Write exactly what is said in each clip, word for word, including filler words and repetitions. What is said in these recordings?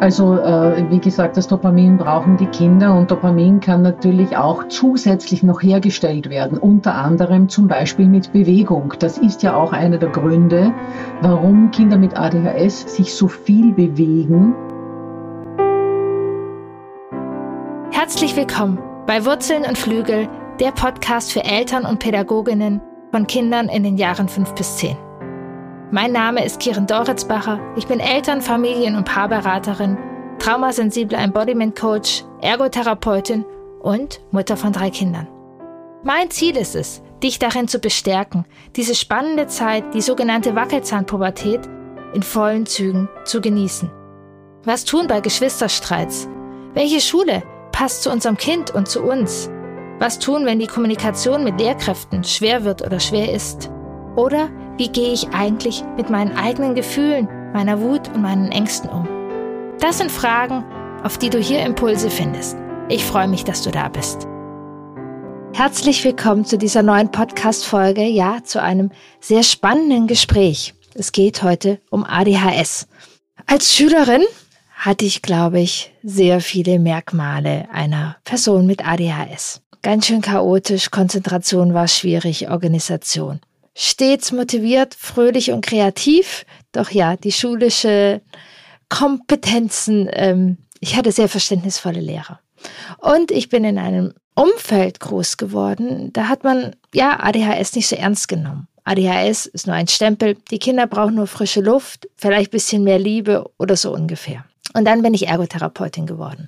Also äh, wie gesagt, das Dopamin brauchen die Kinder und Dopamin kann natürlich auch zusätzlich noch hergestellt werden, unter anderem zum Beispiel mit Bewegung. Das ist ja auch einer der Gründe, warum Kinder mit A D H S sich so viel bewegen. Herzlich willkommen bei Wurzeln und Flügel, der Podcast für Eltern und Pädagoginnen von Kindern in den Jahren fünf bis zehn. Mein Name ist Kiren Doritzbacher, ich bin Eltern-, Familien- und Paarberaterin, traumasensible Embodiment-Coach, Ergotherapeutin und Mutter von drei Kindern. Mein Ziel ist es, dich darin zu bestärken, diese spannende Zeit, die sogenannte Wackelzahnpubertät, in vollen Zügen zu genießen. Was tun bei Geschwisterstreits? Welche Schule passt zu unserem Kind und zu uns? Was tun, wenn die Kommunikation mit Lehrkräften schwer wird oder schwer ist? Oder wie gehe ich eigentlich mit meinen eigenen Gefühlen, meiner Wut und meinen Ängsten um? Das sind Fragen, auf die du hier Impulse findest. Ich freue mich, dass du da bist. Herzlich willkommen zu dieser neuen Podcast-Folge, ja, zu einem sehr spannenden Gespräch. Es geht heute um A D H S. Als Schülerin hatte ich, glaube ich, sehr viele Merkmale einer Person mit A D H S. Ganz schön chaotisch, Konzentration war schwierig, Organisation. Stets motiviert, fröhlich und kreativ, doch ja, die schulische Kompetenzen, ähm, ich hatte sehr verständnisvolle Lehrer. Und ich bin in einem Umfeld groß geworden, da hat man, ja, A D H S nicht so ernst genommen. A D H S ist nur ein Stempel, die Kinder brauchen nur frische Luft, vielleicht ein bisschen mehr Liebe oder so ungefähr. Und dann bin ich Ergotherapeutin geworden.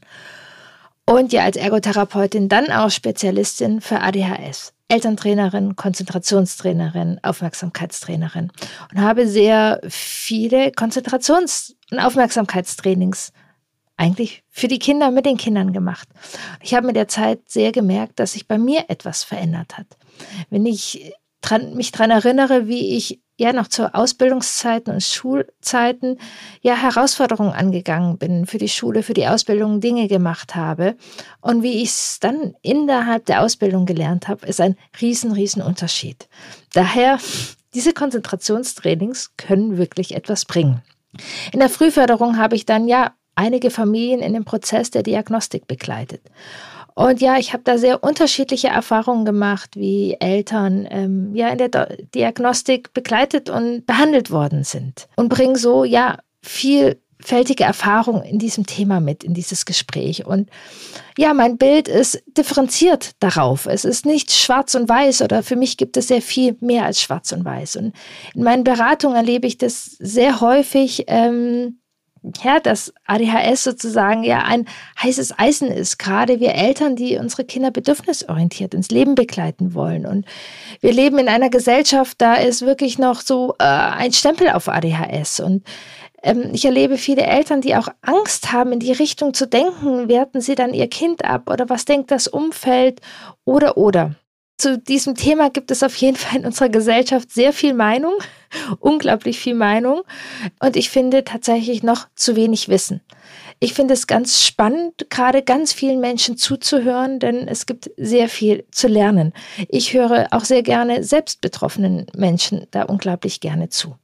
Und ja, als Ergotherapeutin dann auch Spezialistin für A D H S. Elterntrainerin, Konzentrationstrainerin, Aufmerksamkeitstrainerin und habe sehr viele Konzentrations- und Aufmerksamkeitstrainings eigentlich für die Kinder mit den Kindern gemacht. Ich habe mit der Zeit sehr gemerkt, dass sich bei mir etwas verändert hat. Wenn ich dran, mich daran erinnere, wie ich ja noch zu Ausbildungszeiten und Schulzeiten ja Herausforderungen angegangen bin, für die Schule, für die Ausbildung Dinge gemacht habe und wie ich es dann innerhalb der Ausbildung gelernt habe, ist ein riesen, riesen Unterschied. Daher, diese Konzentrationstrainings können wirklich etwas bringen. In der Frühförderung habe ich dann ja einige Familien in dem Prozess der Diagnostik begleitet. Und ja, ich habe da sehr unterschiedliche Erfahrungen gemacht, wie Eltern ähm, ja in der Do- Diagnostik begleitet und behandelt worden sind und bringen so ja vielfältige Erfahrungen in diesem Thema mit, in dieses Gespräch. Und ja, mein Bild ist differenziert darauf. Es ist nicht schwarz und weiß oder für mich gibt es sehr viel mehr als schwarz und weiß. Und in meinen Beratungen erlebe ich das sehr häufig, ähm, ja, dass A D H S sozusagen ja ein heißes Eisen ist, gerade wir Eltern, die unsere Kinder bedürfnisorientiert ins Leben begleiten wollen. Und wir leben in einer Gesellschaft, da ist wirklich noch so äh, ein Stempel auf A D H S. Und ähm, ich erlebe viele Eltern, die auch Angst haben, in die Richtung zu denken, werten sie dann ihr Kind ab oder was denkt das Umfeld oder oder. Zu diesem Thema gibt es auf jeden Fall in unserer Gesellschaft sehr viel Meinung, unglaublich viel Meinung und ich finde tatsächlich noch zu wenig Wissen. Ich finde es ganz spannend, gerade ganz vielen Menschen zuzuhören, denn es gibt sehr viel zu lernen. Ich höre auch sehr gerne selbst betroffenen Menschen da unglaublich gerne zu.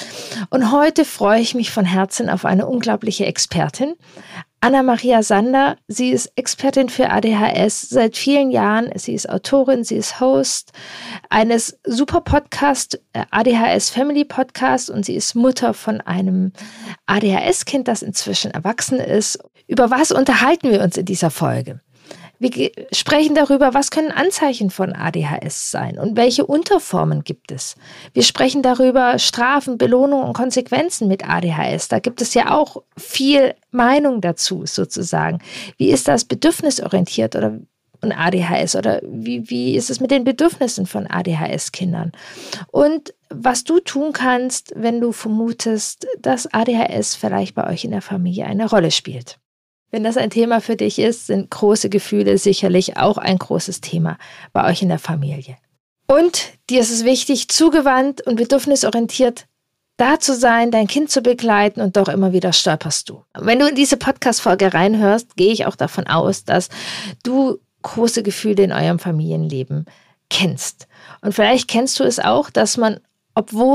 Und heute freue ich mich von Herzen auf eine unglaubliche Expertin, Anna-Maria Sander. Sie ist Expertin für A D H S seit vielen Jahren. Sie ist Autorin, sie ist Host eines super Podcast, A D H S Family Podcast und sie ist Mutter von einem A D H S-Kind, das inzwischen erwachsen ist. Über was unterhalten wir uns in dieser Folge? Wir sprechen darüber, was können Anzeichen von A D H S sein und welche Unterformen gibt es. Wir sprechen darüber Strafen, Belohnungen und Konsequenzen mit A D H S. Da gibt es ja auch viel Meinung dazu sozusagen. Wie ist das bedürfnisorientiert oder und A D H S oder wie, wie ist es mit den Bedürfnissen von A D H S-Kindern? Und was du tun kannst, wenn du vermutest, dass A D H S vielleicht bei euch in der Familie eine Rolle spielt. Wenn das ein Thema für dich ist, sind große Gefühle sicherlich auch ein großes Thema bei euch in der Familie. Und dir ist es wichtig, zugewandt und bedürfnisorientiert da zu sein, dein Kind zu begleiten und doch immer wieder stolperst du. Wenn du in diese Podcast-Folge reinhörst, gehe ich auch davon aus, dass du große Gefühle in eurem Familienleben kennst. Und vielleicht kennst du es auch, dass man, obwohl man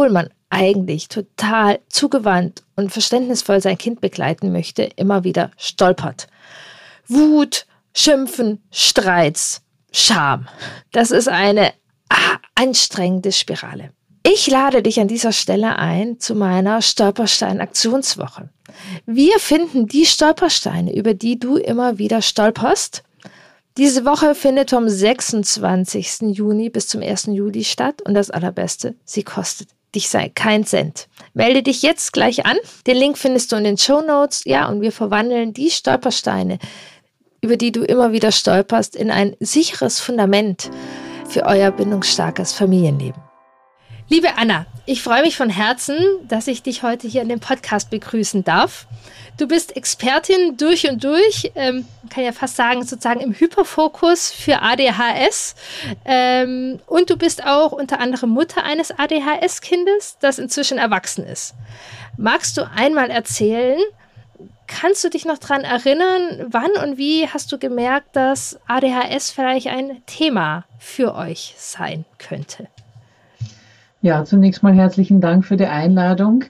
eigentlich total zugewandt und verständnisvoll sein Kind begleiten möchte, immer wieder stolpert. Wut, Schimpfen, Streits, Scham. Das ist eine ah, anstrengende Spirale. Ich lade dich an dieser Stelle ein zu meiner Stolperstein-Aktionswoche. Wir finden die Stolpersteine, über die du immer wieder stolperst. Diese Woche findet vom sechsundzwanzigsten Juni bis zum ersten Juli statt und das Allerbeste, sie kostet dich kein Cent. Melde dich jetzt gleich an. Den Link findest du in den Shownotes. Ja, und wir verwandeln die Stolpersteine, über die du immer wieder stolperst, in ein sicheres Fundament für euer bindungsstarkes Familienleben. Liebe Anna, ich freue mich von Herzen, dass ich dich heute hier in dem Podcast begrüßen darf. Du bist Expertin durch und durch, ähm, kann ja fast sagen, sozusagen im Hyperfokus für A D H S. Ähm, und du bist auch unter anderem Mutter eines A D H S-Kindes, das inzwischen erwachsen ist. Magst du einmal erzählen, kannst du dich noch daran erinnern, wann und wie hast du gemerkt, dass A D H S vielleicht ein Thema für euch sein könnte? Ja, zunächst mal herzlichen Dank für die Einladung.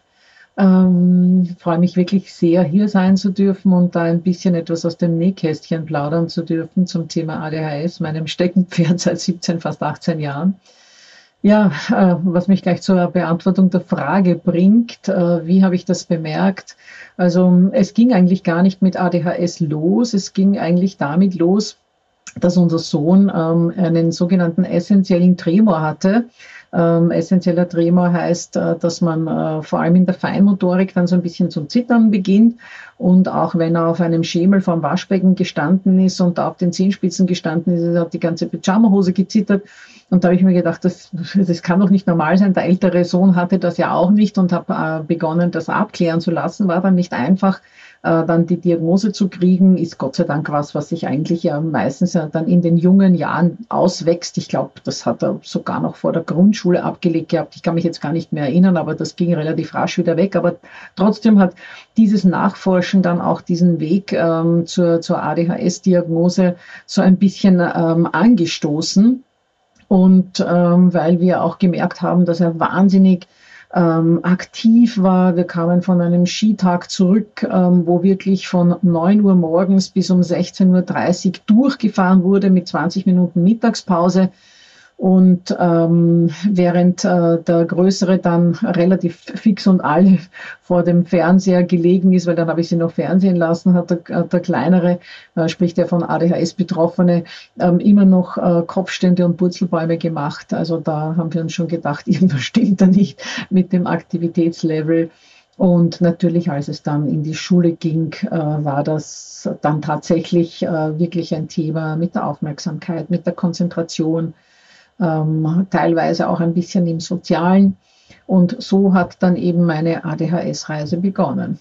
Ähm, ich freue mich wirklich sehr, hier sein zu dürfen und da ein bisschen etwas aus dem Nähkästchen plaudern zu dürfen zum Thema A D H S, meinem Steckenpferd seit siebzehn, fast achtzehn Jahren. Ja, äh, was mich gleich zur Beantwortung der Frage bringt, äh, wie habe ich das bemerkt? Also es ging eigentlich gar nicht mit A D H S los, es ging eigentlich damit los, dass unser Sohn ähm, einen sogenannten essentiellen Tremor hatte. Ähm, essentieller Tremor heißt, äh, dass man äh, vor allem in der Feinmotorik dann so ein bisschen zum Zittern beginnt und auch wenn er auf einem Schemel vorm Waschbecken gestanden ist und da auf den Zehenspitzen gestanden ist, hat die ganze Pyjamahose gezittert und da habe ich mir gedacht, das, das kann doch nicht normal sein. Der ältere Sohn hatte das ja auch nicht und habe äh, begonnen, das abklären zu lassen, war dann nicht einfach. Dann die Diagnose zu kriegen, ist Gott sei Dank was, was sich eigentlich ja meistens ja dann in den jungen Jahren auswächst. Ich glaube, das hat er sogar noch vor der Grundschule abgelegt gehabt. Ich kann mich jetzt gar nicht mehr erinnern, aber das ging relativ rasch wieder weg. Aber trotzdem hat dieses Nachforschen dann auch diesen Weg ähm, zur, zur A D H S-Diagnose so ein bisschen ähm, angestoßen. Und ähm, weil wir auch gemerkt haben, dass er wahnsinnig Ähm, aktiv war. Wir kamen von einem Skitag zurück, ähm, wo wirklich von neun Uhr morgens bis um sechzehn Uhr dreißig durchgefahren wurde mit zwanzig Minuten Mittagspause. Und ähm, während äh, der Größere dann relativ fix und alle vor dem Fernseher gelegen ist, weil dann habe ich sie noch fernsehen lassen, hat der, der Kleinere, äh, sprich der von A D H S Betroffene, ähm, immer noch äh, Kopfstände und Purzelbäume gemacht. Also da haben wir uns schon gedacht, irgendwas stimmt da nicht mit dem Aktivitätslevel. Und natürlich, als es dann in die Schule ging, äh, war das dann tatsächlich äh, wirklich ein Thema mit der Aufmerksamkeit, mit der Konzentration, Ähm, teilweise auch ein bisschen im Sozialen. Und so hat dann eben meine A D H S-Reise begonnen.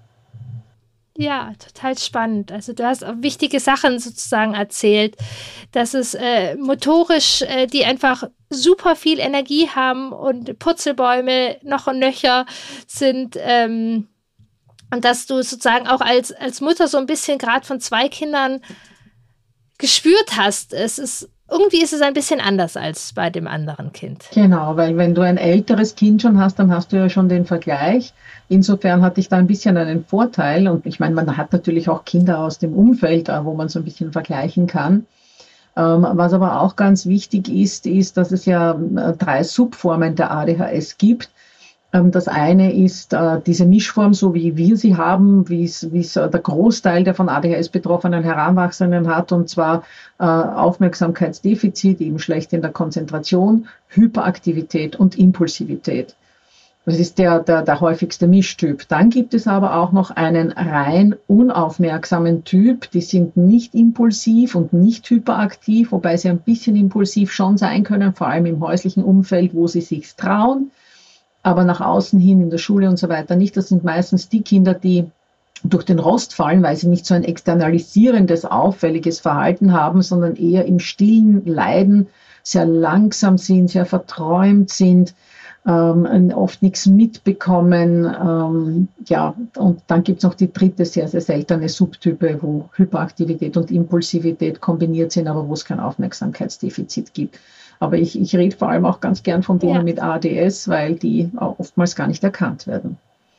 Ja, total spannend. Also du hast auch wichtige Sachen sozusagen erzählt, dass es äh, motorisch, äh, die einfach super viel Energie haben und Purzelbäume noch und nöcher sind. Ähm, und dass du sozusagen auch als, als Mutter so ein bisschen gerade von zwei Kindern gespürt hast, es ist irgendwie ist es ein bisschen anders als bei dem anderen Kind. Genau, weil wenn du ein älteres Kind schon hast, dann hast du ja schon den Vergleich. Insofern hatte ich da ein bisschen einen Vorteil. Und ich meine, man hat natürlich auch Kinder aus dem Umfeld, wo man so ein bisschen vergleichen kann. Ähm, was aber auch ganz wichtig ist, ist, dass es ja drei Subformen der A D H S gibt. Das eine ist äh, diese Mischform, so wie wir sie haben, wie es wie es äh, der Großteil der von A D H S betroffenen Heranwachsenden hat, und zwar äh, Aufmerksamkeitsdefizit, eben schlecht in der Konzentration, Hyperaktivität und Impulsivität. Das ist der, der, der häufigste Mischtyp. Dann gibt es aber auch noch einen rein unaufmerksamen Typ. Die sind nicht impulsiv und nicht hyperaktiv, wobei sie ein bisschen impulsiv schon sein können, vor allem im häuslichen Umfeld, wo sie sich trauen. Aber nach außen hin in der Schule und so weiter nicht. Das sind meistens die Kinder, die durch den Rost fallen, weil sie nicht so ein externalisierendes, auffälliges Verhalten haben, sondern eher im stillen Leiden, sehr langsam sind, sehr verträumt sind, ähm, oft nichts mitbekommen. Ähm, ja, und dann gibt's noch die dritte, sehr, sehr seltene Subtype, wo Hyperaktivität und Impulsivität kombiniert sind, aber wo es kein Aufmerksamkeitsdefizit gibt. Aber ich, ich rede vor allem auch ganz gern von denen Ja. mit A D S, weil die auch oftmals gar nicht erkannt werden.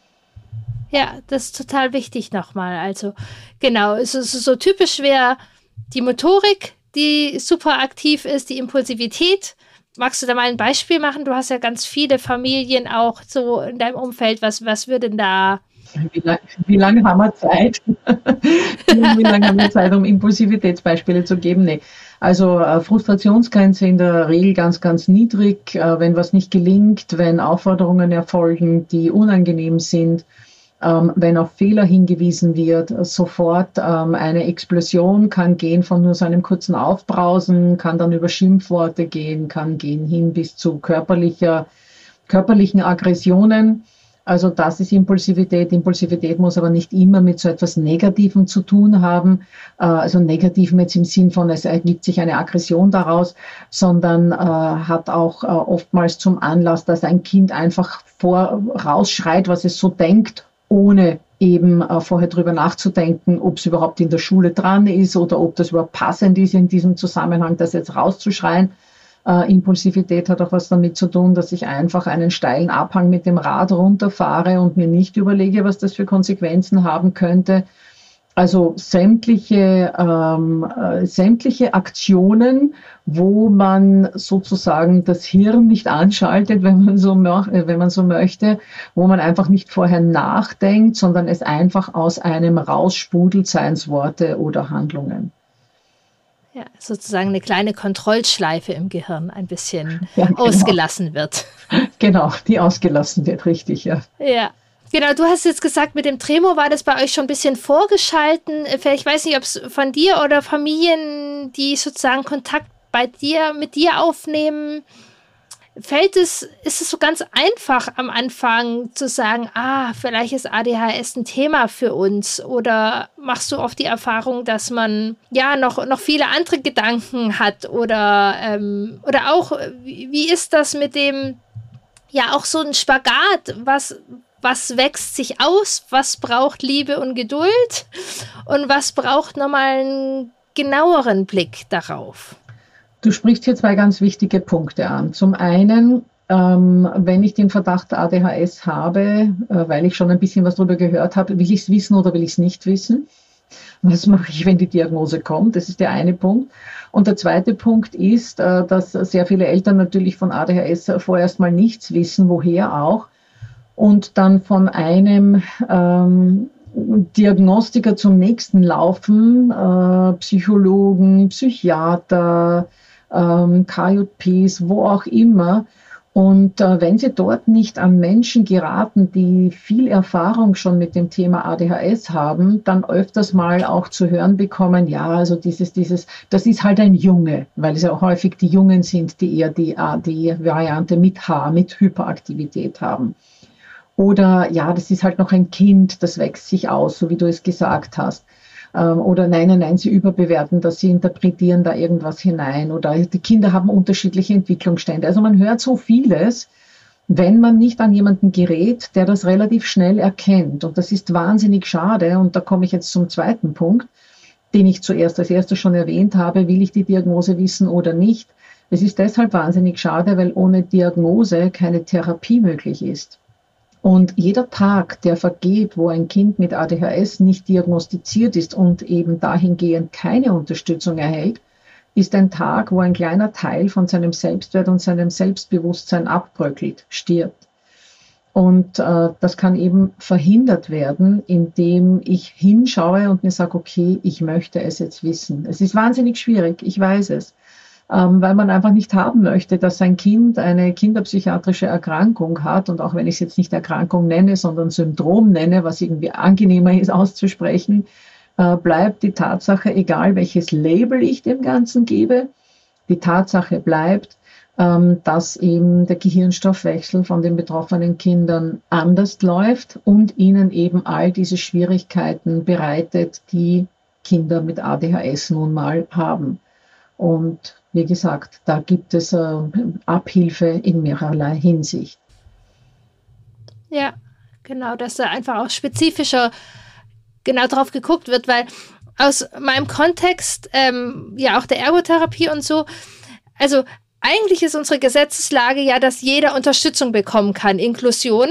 Ja, das ist total wichtig nochmal. Also genau, es ist so typisch wäre die Motorik, die super aktiv ist, die Impulsivität. Magst du da mal ein Beispiel machen? Du hast ja ganz viele Familien auch so in deinem Umfeld. Was, was würde denn da... Wie, lang, wie lange haben wir Zeit? Wie lange haben wir Zeit, um Impulsivitätsbeispiele zu geben? Nee. Also äh, Frustrationsgrenze in der Regel ganz, ganz niedrig, äh, wenn was nicht gelingt, wenn Aufforderungen erfolgen, die unangenehm sind, ähm, wenn auf Fehler hingewiesen wird, sofort ähm, eine Explosion kann gehen von nur so einem kurzen Aufbrausen, kann dann über Schimpfworte gehen, kann gehen hin bis zu körperlicher, körperlichen Aggressionen. Also das ist Impulsivität. Impulsivität muss aber nicht immer mit so etwas Negativem zu tun haben. Also negativ jetzt im Sinn von, es ergibt sich eine Aggression daraus, sondern äh, hat auch äh, oftmals zum Anlass, dass ein Kind einfach vor, rausschreit, was es so denkt, ohne eben äh, vorher drüber nachzudenken, ob es überhaupt in der Schule dran ist oder ob das überhaupt passend ist in diesem Zusammenhang, das jetzt rauszuschreien. Uh, Impulsivität hat auch was damit zu tun, dass ich einfach einen steilen Abhang mit dem Rad runterfahre und mir nicht überlege, was das für Konsequenzen haben könnte. Also sämtliche, ähm, äh, sämtliche Aktionen, wo man sozusagen das Hirn nicht anschaltet, wenn man so, äh, wenn man so möchte, wo man einfach nicht vorher nachdenkt, sondern es einfach aus einem raussprudelt, seien es Worte oder Handlungen. Ja, sozusagen eine kleine Kontrollschleife im Gehirn ein bisschen ja, genau. ausgelassen wird. Genau, die ausgelassen wird, richtig, ja. Ja, genau. Du hast jetzt gesagt, mit dem Tremor war das bei euch schon ein bisschen vorgeschalten. Ich weiß nicht, ob es von dir oder Familien, die sozusagen Kontakt bei dir, mit dir aufnehmen, fällt es, ist es so ganz einfach am Anfang zu sagen, ah, vielleicht ist A D H S ein Thema für uns, oder machst du oft die Erfahrung, dass man ja noch, noch viele andere Gedanken hat, oder, ähm, oder auch, wie, wie ist das mit dem, ja auch so ein Spagat, was, was wächst sich aus, was braucht Liebe und Geduld und was braucht nochmal einen genaueren Blick darauf? Du sprichst hier zwei ganz wichtige Punkte an. Zum einen, ähm, wenn ich den Verdacht A D H S habe, äh, weil ich schon ein bisschen was darüber gehört habe, will ich es wissen oder will ich es nicht wissen? Was mache ich, wenn die Diagnose kommt? Das ist der eine Punkt. Und der zweite Punkt ist, äh, dass sehr viele Eltern natürlich von A D H S vorerst mal nichts wissen, woher auch, und dann von einem ähm, Diagnostiker zum nächsten laufen, äh, Psychologen, Psychiater, ähm, K J Ps, wo auch immer. Und äh, wenn Sie dort nicht an Menschen geraten, die viel Erfahrung schon mit dem Thema A D H S haben, dann öfters mal auch zu hören bekommen, ja, also dieses, dieses, das ist halt ein Junge, weil es ja auch häufig die Jungen sind, die eher die A D-Variante mit H, mit Hyperaktivität haben. Oder ja, das ist halt noch ein Kind, das wächst sich aus, so wie du es gesagt hast. Oder nein, nein, nein, sie überbewerten das, sie interpretieren da irgendwas hinein. Oder die Kinder haben unterschiedliche Entwicklungsstände. Also man hört so vieles, wenn man nicht an jemanden gerät, der das relativ schnell erkennt. Und das ist wahnsinnig schade. Und da komme ich jetzt zum zweiten Punkt, den ich zuerst als erstes schon erwähnt habe. Will ich die Diagnose wissen oder nicht? Es ist deshalb wahnsinnig schade, weil ohne Diagnose keine Therapie möglich ist. Und jeder Tag, der vergeht, wo ein Kind mit A D H S nicht diagnostiziert ist und eben dahingehend keine Unterstützung erhält, ist ein Tag, wo ein kleiner Teil von seinem Selbstwert und seinem Selbstbewusstsein abbröckelt, stirbt. Und äh, das kann eben verhindert werden, indem ich hinschaue und mir sage, okay, ich möchte es jetzt wissen. Es ist wahnsinnig schwierig, ich weiß es. Weil man einfach nicht haben möchte, dass sein Kind eine kinderpsychiatrische Erkrankung hat. Und auch wenn ich es jetzt nicht Erkrankung nenne, sondern Syndrom nenne, was irgendwie angenehmer ist auszusprechen, bleibt die Tatsache, egal welches Label ich dem Ganzen gebe, die Tatsache bleibt, dass eben der Gehirnstoffwechsel von den betroffenen Kindern anders läuft und ihnen eben all diese Schwierigkeiten bereitet, die Kinder mit A D H S nun mal haben. Und wie gesagt, da gibt es äh, Abhilfe in mehrerlei Hinsicht. Ja, genau, dass da einfach auch spezifischer genau drauf geguckt wird, weil aus meinem Kontext, ähm, ja auch der Ergotherapie und so, also eigentlich ist unsere Gesetzeslage ja, dass jeder Unterstützung bekommen kann, Inklusion.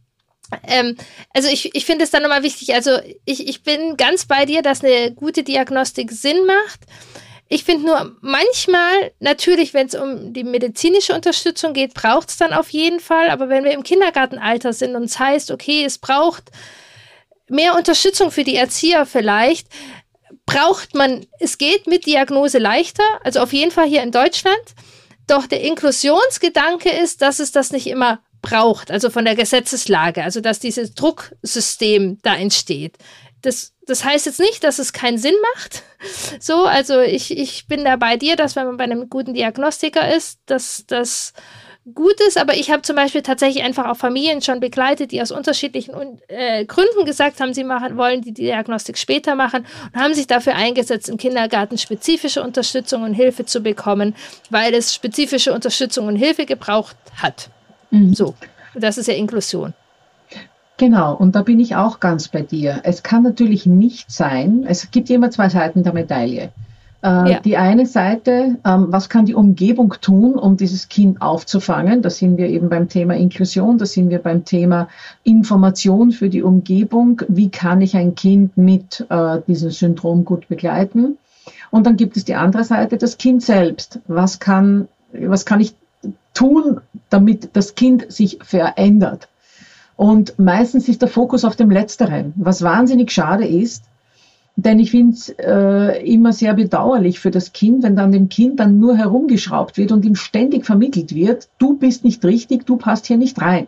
Ähm, also ich, ich finde es dann nochmal wichtig, also ich, ich bin ganz bei dir, dass eine gute Diagnostik Sinn macht. Ich finde nur manchmal, natürlich, wenn es um die medizinische Unterstützung geht, braucht es dann auf jeden Fall, aber wenn wir im Kindergartenalter sind und es heißt, okay, es braucht mehr Unterstützung für die Erzieher vielleicht, braucht man, es geht mit Diagnose leichter, also auf jeden Fall hier in Deutschland, doch der Inklusionsgedanke ist, dass es das nicht immer braucht, also von der Gesetzeslage, also dass dieses Drucksystem da entsteht. Das, das heißt jetzt nicht, dass es keinen Sinn macht. So, also ich, ich bin da bei dir, dass wenn man bei einem guten Diagnostiker ist, dass das gut ist, aber ich habe zum Beispiel tatsächlich einfach auch Familien schon begleitet, die aus unterschiedlichen äh, Gründen gesagt haben, sie machen, wollen die Diagnostik später machen und haben sich dafür eingesetzt, im Kindergarten spezifische Unterstützung und Hilfe zu bekommen, weil es spezifische Unterstützung und Hilfe gebraucht hat. Mhm. So, das ist ja Inklusion. Genau, und da bin ich auch ganz bei dir. Es kann natürlich nicht sein, es gibt immer zwei Seiten der Medaille. Äh, ja. Die eine Seite, ähm, was kann die Umgebung tun, um dieses Kind aufzufangen? Da sind wir eben beim Thema Inklusion, da sind wir beim Thema Information für die Umgebung. Wie kann ich ein Kind mit äh, diesem Syndrom gut begleiten? Und dann gibt es die andere Seite, das Kind selbst. Was kann, was kann ich tun, damit das Kind sich verändert? Und meistens ist der Fokus auf dem Letzteren, was wahnsinnig schade ist, denn ich finde es äh, immer sehr bedauerlich für das Kind, wenn dann dem Kind dann nur herumgeschraubt wird und ihm ständig vermittelt wird, du bist nicht richtig, du passt hier nicht rein.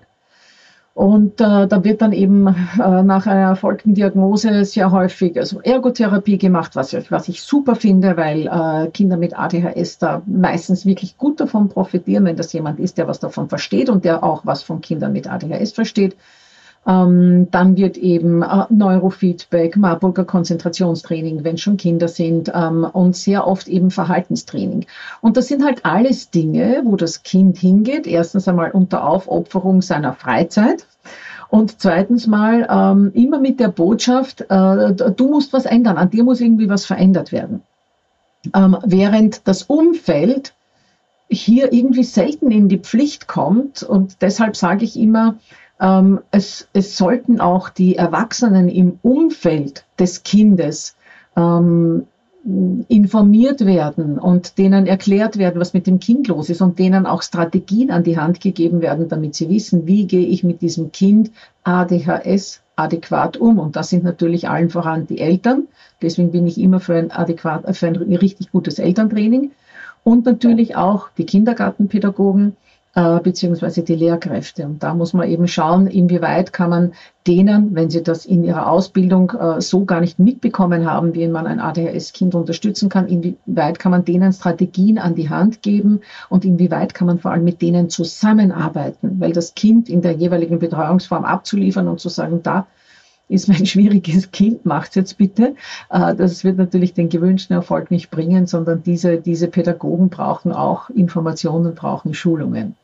Und äh, da wird dann eben äh, nach einer erfolgten Diagnose sehr häufig also Ergotherapie gemacht, was ich, was ich super finde, weil äh, Kinder mit A D H S da meistens wirklich gut davon profitieren, wenn das jemand ist, der was davon versteht und der auch was von Kindern mit A D H S versteht. Ähm, dann wird eben äh, Neurofeedback, Marburger Konzentrationstraining, wenn schon Kinder sind, ähm, und sehr oft eben Verhaltenstraining. Und das sind halt alles Dinge, wo das Kind hingeht, erstens einmal unter Aufopferung seiner Freizeit und zweitens mal ähm, immer mit der Botschaft, äh, du musst was ändern, an dir muss irgendwie was verändert werden. Ähm, während das Umfeld hier irgendwie selten in die Pflicht kommt und deshalb sage ich immer, Ähm, es, es sollten auch die Erwachsenen im Umfeld des Kindes ähm, informiert werden und denen erklärt werden, was mit dem Kind los ist und denen auch Strategien an die Hand gegeben werden, damit sie wissen, wie gehe ich mit diesem Kind A D H S adäquat um. Und das sind natürlich allen voran die Eltern. Deswegen bin ich immer für ein, adäquat, für ein richtig gutes Elterntraining und natürlich auch die Kindergartenpädagogen, Äh, beziehungsweise die Lehrkräfte. Und da muss man eben schauen, inwieweit kann man denen, wenn sie das in ihrer Ausbildung äh, so gar nicht mitbekommen haben, wie man ein A D H S-Kind unterstützen kann, inwieweit kann man denen Strategien an die Hand geben und inwieweit kann man vor allem mit denen zusammenarbeiten, weil das Kind in der jeweiligen Betreuungsform abzuliefern und zu sagen, da ist mein schwieriges Kind, macht's jetzt bitte. Äh, das wird natürlich den gewünschten Erfolg nicht bringen, sondern diese, diese Pädagogen brauchen auch Informationen, brauchen Schulungen.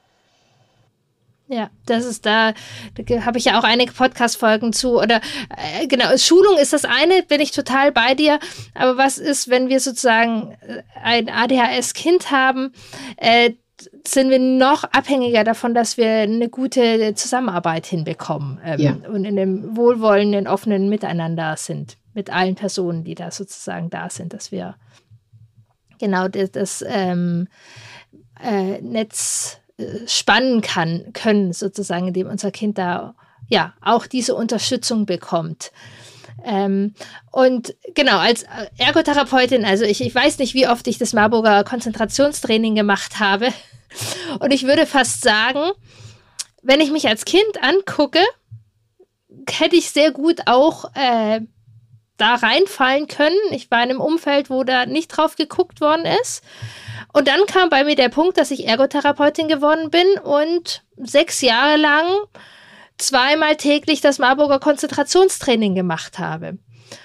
Ja, das ist da, da habe ich ja auch einige Podcast-Folgen zu. Oder äh, genau, Schulung ist das eine, bin ich total bei dir. Aber was ist, wenn wir sozusagen ein A D H S-Kind haben, äh, sind wir noch abhängiger davon, dass wir eine gute Zusammenarbeit hinbekommen ähm, ja. und in einem wohlwollenden, offenen Miteinander sind mit allen Personen, die da sozusagen da sind, dass wir genau das, das ähm, äh, Netz spannen kann, können sozusagen, indem unser Kind da ja auch diese Unterstützung bekommt. Ähm, und genau, als Ergotherapeutin, also ich, ich weiß nicht, wie oft ich das Marburger Konzentrationstraining gemacht habe und ich würde fast sagen, wenn ich mich als Kind angucke, hätte ich sehr gut auch äh, da reinfallen können. Ich war in einem Umfeld, wo da nicht drauf geguckt worden ist. Und dann kam bei mir der Punkt, dass ich Ergotherapeutin geworden bin und sechs Jahre lang zweimal täglich das Marburger Konzentrationstraining gemacht habe.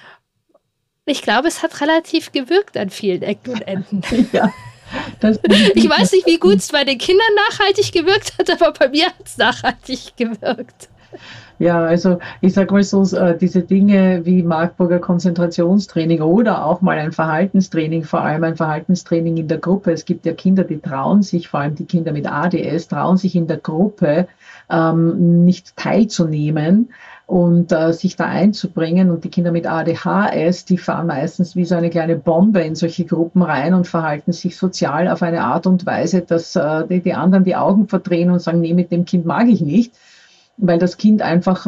Ich glaube, es hat relativ gewirkt an vielen Ecken und Enden. Ja, das ich weiß nicht, wie gut es bei den Kindern nachhaltig gewirkt hat, aber bei mir hat es nachhaltig gewirkt. Ja, also ich sage mal so, äh, diese Dinge wie Marburger Konzentrationstraining oder auch mal ein Verhaltenstraining, vor allem ein Verhaltenstraining in der Gruppe. Es gibt ja Kinder, die trauen sich, vor allem die Kinder mit A D S, trauen sich in der Gruppe ähm, nicht teilzunehmen und äh, sich da einzubringen. Und die Kinder mit A D H S, die fahren meistens wie so eine kleine Bombe in solche Gruppen rein und verhalten sich sozial auf eine Art und Weise, dass äh, die, die anderen die Augen verdrehen und sagen, nee, mit dem Kind mag ich nicht. Weil das Kind einfach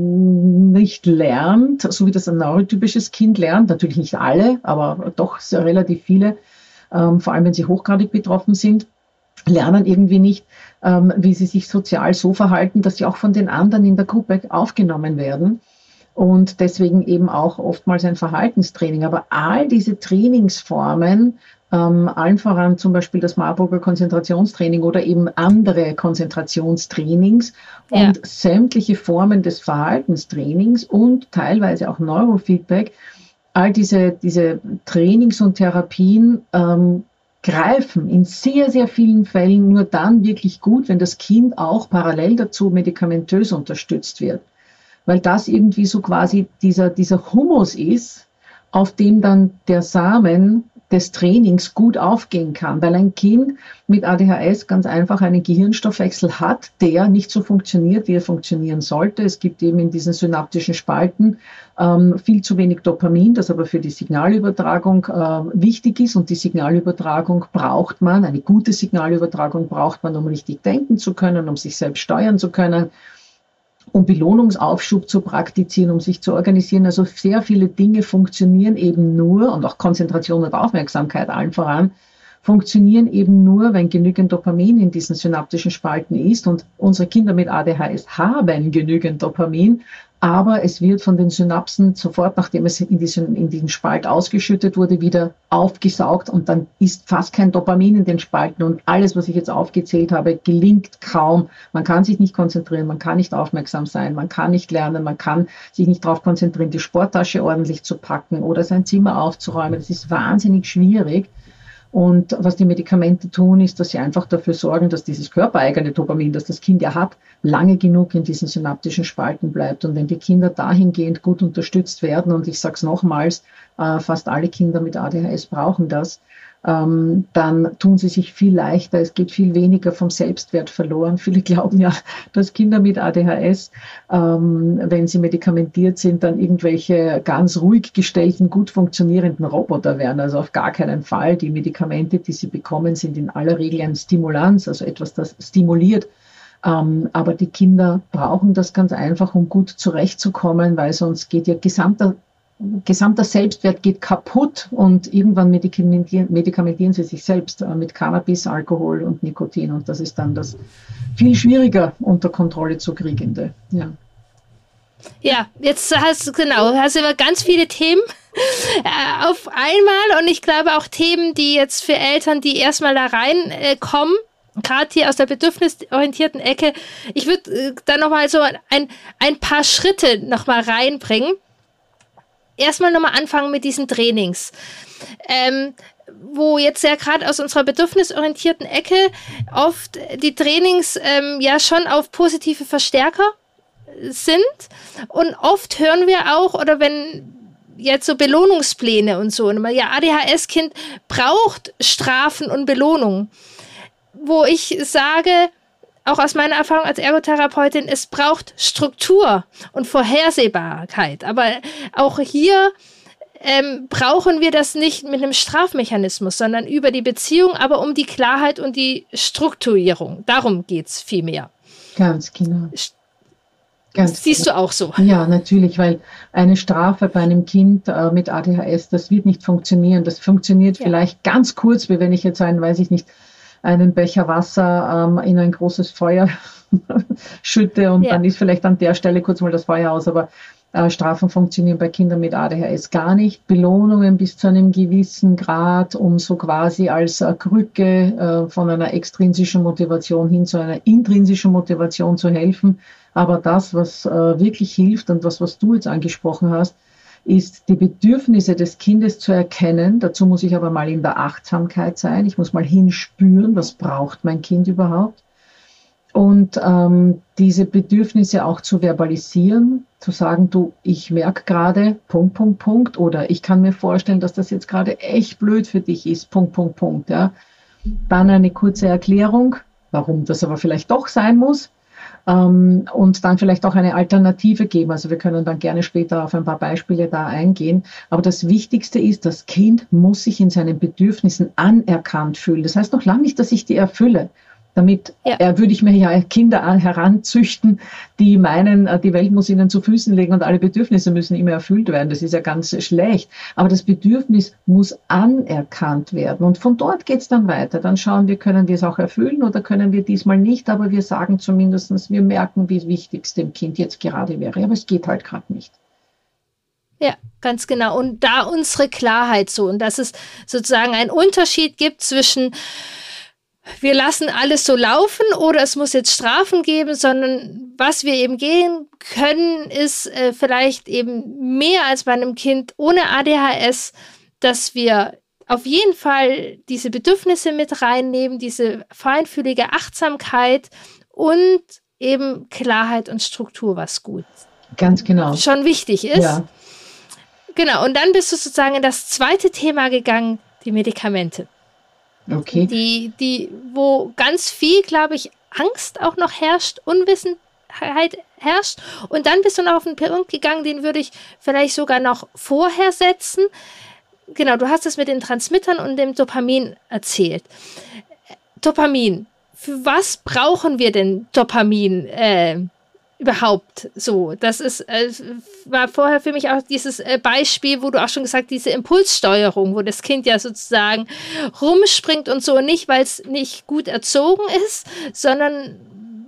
ähm, nicht lernt, so wie das ein neurotypisches Kind lernt, natürlich nicht alle, aber doch sehr relativ viele, ähm, vor allem wenn sie hochgradig betroffen sind, lernen irgendwie nicht, ähm, wie sie sich sozial so verhalten, dass sie auch von den anderen in der Gruppe aufgenommen werden. Und deswegen eben auch oftmals ein Verhaltenstraining. Aber all diese Trainingsformen, ähm, allen voran zum Beispiel das Marburger Konzentrationstraining oder eben andere Konzentrationstrainings und ja. sämtliche Formen des Verhaltenstrainings und teilweise auch Neurofeedback, all diese, diese Trainings und Therapien ähm, greifen in sehr, sehr vielen Fällen nur dann wirklich gut, wenn das Kind auch parallel dazu medikamentös unterstützt wird. Weil das irgendwie so quasi dieser, dieser Humus ist, auf dem dann der Samen des Trainings gut aufgehen kann. Weil ein Kind mit A D H S ganz einfach einen Gehirnstoffwechsel hat, der nicht so funktioniert, wie er funktionieren sollte. Es gibt eben in diesen synaptischen Spalten ähm, viel zu wenig Dopamin, das aber für die Signalübertragung äh, wichtig ist. Und die Signalübertragung braucht man, eine gute Signalübertragung braucht man, um richtig denken zu können, um sich selbst steuern zu können, um Belohnungsaufschub zu praktizieren, um sich zu organisieren. Also sehr viele Dinge funktionieren eben nur, und auch Konzentration und Aufmerksamkeit allen voran, funktionieren eben nur, wenn genügend Dopamin in diesen synaptischen Spalten ist. Und unsere Kinder mit A D H S haben genügend Dopamin, aber es wird von den Synapsen sofort, nachdem es in diesen, in diesen Spalt ausgeschüttet wurde, wieder aufgesaugt und dann ist fast kein Dopamin in den Spalten und alles, was ich jetzt aufgezählt habe, gelingt kaum. Man kann sich nicht konzentrieren, man kann nicht aufmerksam sein, man kann nicht lernen, man kann sich nicht darauf konzentrieren, die Sporttasche ordentlich zu packen oder sein Zimmer aufzuräumen. Das ist wahnsinnig schwierig. Und was die Medikamente tun, ist, dass sie einfach dafür sorgen, dass dieses körpereigene Dopamin, das das Kind ja hat, lange genug in diesen synaptischen Spalten bleibt. Und wenn die Kinder dahingehend gut unterstützt werden, und ich sage es nochmals, äh, fast alle Kinder mit A D H S brauchen das, ähm, dann tun sie sich viel leichter. Es geht viel weniger vom Selbstwert verloren. Viele glauben ja, dass Kinder mit A D H S, ähm, wenn sie medikamentiert sind, dann irgendwelche ganz ruhig gestellten, gut funktionierenden Roboter wären. Also auf gar keinen Fall. Die Medikamente, die sie bekommen, sind in aller Regel ein Stimulanz, also etwas, das stimuliert. Ähm, aber die Kinder brauchen das ganz einfach, um gut zurechtzukommen, weil sonst geht ihr gesamter gesamter Selbstwert geht kaputt und irgendwann medikamentieren, medikamentieren sie sich selbst äh, mit Cannabis, Alkohol und Nikotin und das ist dann das viel schwieriger unter Kontrolle zu kriegende. Ja, ja, jetzt hast du genau, hast du immer ganz viele Themen äh, auf einmal und ich glaube auch Themen, die jetzt für Eltern, die erstmal da reinkommen, äh, gerade hier aus der bedürfnisorientierten Ecke, ich würde äh, da nochmal so ein, ein paar Schritte nochmal reinbringen. Erstmal nochmal anfangen mit diesen Trainings, ähm, wo jetzt ja gerade aus unserer bedürfnisorientierten Ecke oft die Trainings ähm, ja schon auf positive Verstärker sind und oft hören wir auch, oder wenn jetzt so Belohnungspläne und so, ja, A D H S-Kind braucht Strafen und Belohnungen, wo ich sage, auch aus meiner Erfahrung als Ergotherapeutin, es braucht Struktur und Vorhersehbarkeit. Aber auch hier ähm, brauchen wir das nicht mit einem Strafmechanismus, sondern über die Beziehung, aber um die Klarheit und die Strukturierung. Darum geht es vielmehr. Ganz genau. Ganz das siehst genau. Du auch so. Ja, natürlich, weil eine Strafe bei einem Kind äh, mit A D H S, das wird nicht funktionieren. Das funktioniert ja. vielleicht ganz kurz, wie wenn ich jetzt einen, weiß ich nicht, einen Becher Wasser ähm, in ein großes Feuer schütte und ja. dann ist vielleicht an der Stelle kurz mal das Feuer aus, aber äh, Strafen funktionieren bei Kindern mit A D H S gar nicht. Belohnungen bis zu einem gewissen Grad, um so quasi als äh, Krücke äh, von einer extrinsischen Motivation hin zu einer intrinsischen Motivation zu helfen. Aber das, was äh, wirklich hilft und was, was du jetzt angesprochen hast, ist die Bedürfnisse des Kindes zu erkennen. Dazu muss ich aber mal in der Achtsamkeit sein. Ich muss mal hinspüren, was braucht mein Kind überhaupt. Und ähm, diese Bedürfnisse auch zu verbalisieren, zu sagen, du, ich merke gerade, Punkt, Punkt, Punkt, oder ich kann mir vorstellen, dass das jetzt gerade echt blöd für dich ist, Punkt, Punkt, Punkt. Ja. Dann eine kurze Erklärung, warum das aber vielleicht doch sein muss. Ähm, und dann vielleicht auch eine Alternative geben. Also wir können dann gerne später auf ein paar Beispiele da eingehen. Aber das Wichtigste ist, das Kind muss sich in seinen Bedürfnissen anerkannt fühlen. Das heißt noch lange nicht, dass ich die erfülle. Damit Ja. äh, würde ich mir ja Kinder heranzüchten, die meinen, äh, die Welt muss ihnen zu Füßen legen und alle Bedürfnisse müssen immer erfüllt werden. Das ist ja ganz schlecht. Aber das Bedürfnis muss anerkannt werden. Und von dort geht es dann weiter. Dann schauen wir, können wir es auch erfüllen oder können wir diesmal nicht. Aber wir sagen zumindest, wir merken, wie wichtig es dem Kind jetzt gerade wäre. Aber es geht halt gerade nicht. Ja, ganz genau. Und da unsere Klarheit so. Und dass es sozusagen einen Unterschied gibt zwischen wir lassen alles so laufen oder es muss jetzt Strafen geben, sondern was wir eben gehen können, ist äh, vielleicht eben mehr als bei einem Kind ohne A D H S, dass wir auf jeden Fall diese Bedürfnisse mit reinnehmen, diese feinfühlige Achtsamkeit und eben Klarheit und Struktur, was gut Ganz genau. schon wichtig ist. Ja. Genau, und dann bist du sozusagen in das zweite Thema gegangen, die Medikamente. Okay. Die, die, wo ganz viel, glaube ich, Angst auch noch herrscht, Unwissenheit herrscht. Und dann bist du noch auf einen Punkt gegangen, den würde ich vielleicht sogar noch vorher setzen. Genau, du hast es mit den Transmittern und dem Dopamin erzählt. Dopamin. Für was brauchen wir denn Dopamin äh, überhaupt so? Das ist, äh, war vorher für mich auch dieses äh, Beispiel, wo du auch schon gesagt, diese Impulssteuerung, wo das Kind ja sozusagen rumspringt und so, nicht weil es nicht gut erzogen ist, sondern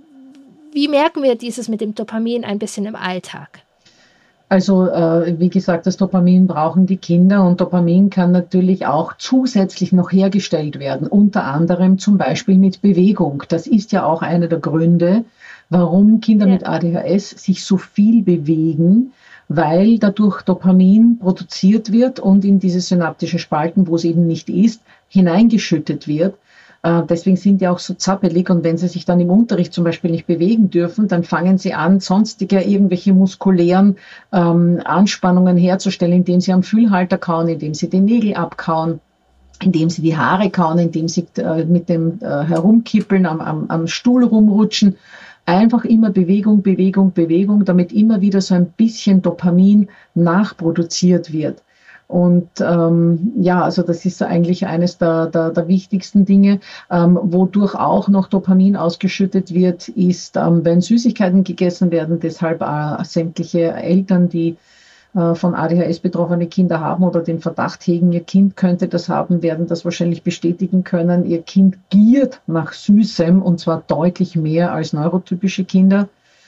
wie merken wir dieses mit dem Dopamin ein bisschen im Alltag? Also äh, wie gesagt, das Dopamin brauchen die Kinder und Dopamin kann natürlich auch zusätzlich noch hergestellt werden, unter anderem zum Beispiel mit Bewegung. Das ist ja auch einer der Gründe, warum Kinder Ja. mit A D H S sich so viel bewegen, weil dadurch Dopamin produziert wird und in diese synaptischen Spalten, wo es eben nicht ist, hineingeschüttet wird. Äh, deswegen sind die auch so zappelig und wenn sie sich dann im Unterricht zum Beispiel nicht bewegen dürfen, dann fangen sie an, sonstige irgendwelche muskulären ähm, Anspannungen herzustellen, indem sie am Füllhalter kauen, indem sie den Nägel abkauen, indem sie die Haare kauen, indem sie äh, mit dem äh, Herumkippeln am, am, am Stuhl rumrutschen. Einfach immer Bewegung, Bewegung, Bewegung, damit immer wieder so ein bisschen Dopamin nachproduziert wird. Und ähm, ja, also das ist eigentlich eines der, der, der wichtigsten Dinge. Ähm, wodurch auch noch Dopamin ausgeschüttet wird, ist, ähm, wenn Süßigkeiten gegessen werden. Deshalb äh, sämtliche Eltern, die äh, von A D H S betroffene Kinder haben oder den Verdacht hegen, ihr Kind könnte das haben, werden das wahrscheinlich bestätigen können. Ihr Kind giert nach Süßem und zwar deutlich mehr als neurotypische Kinder.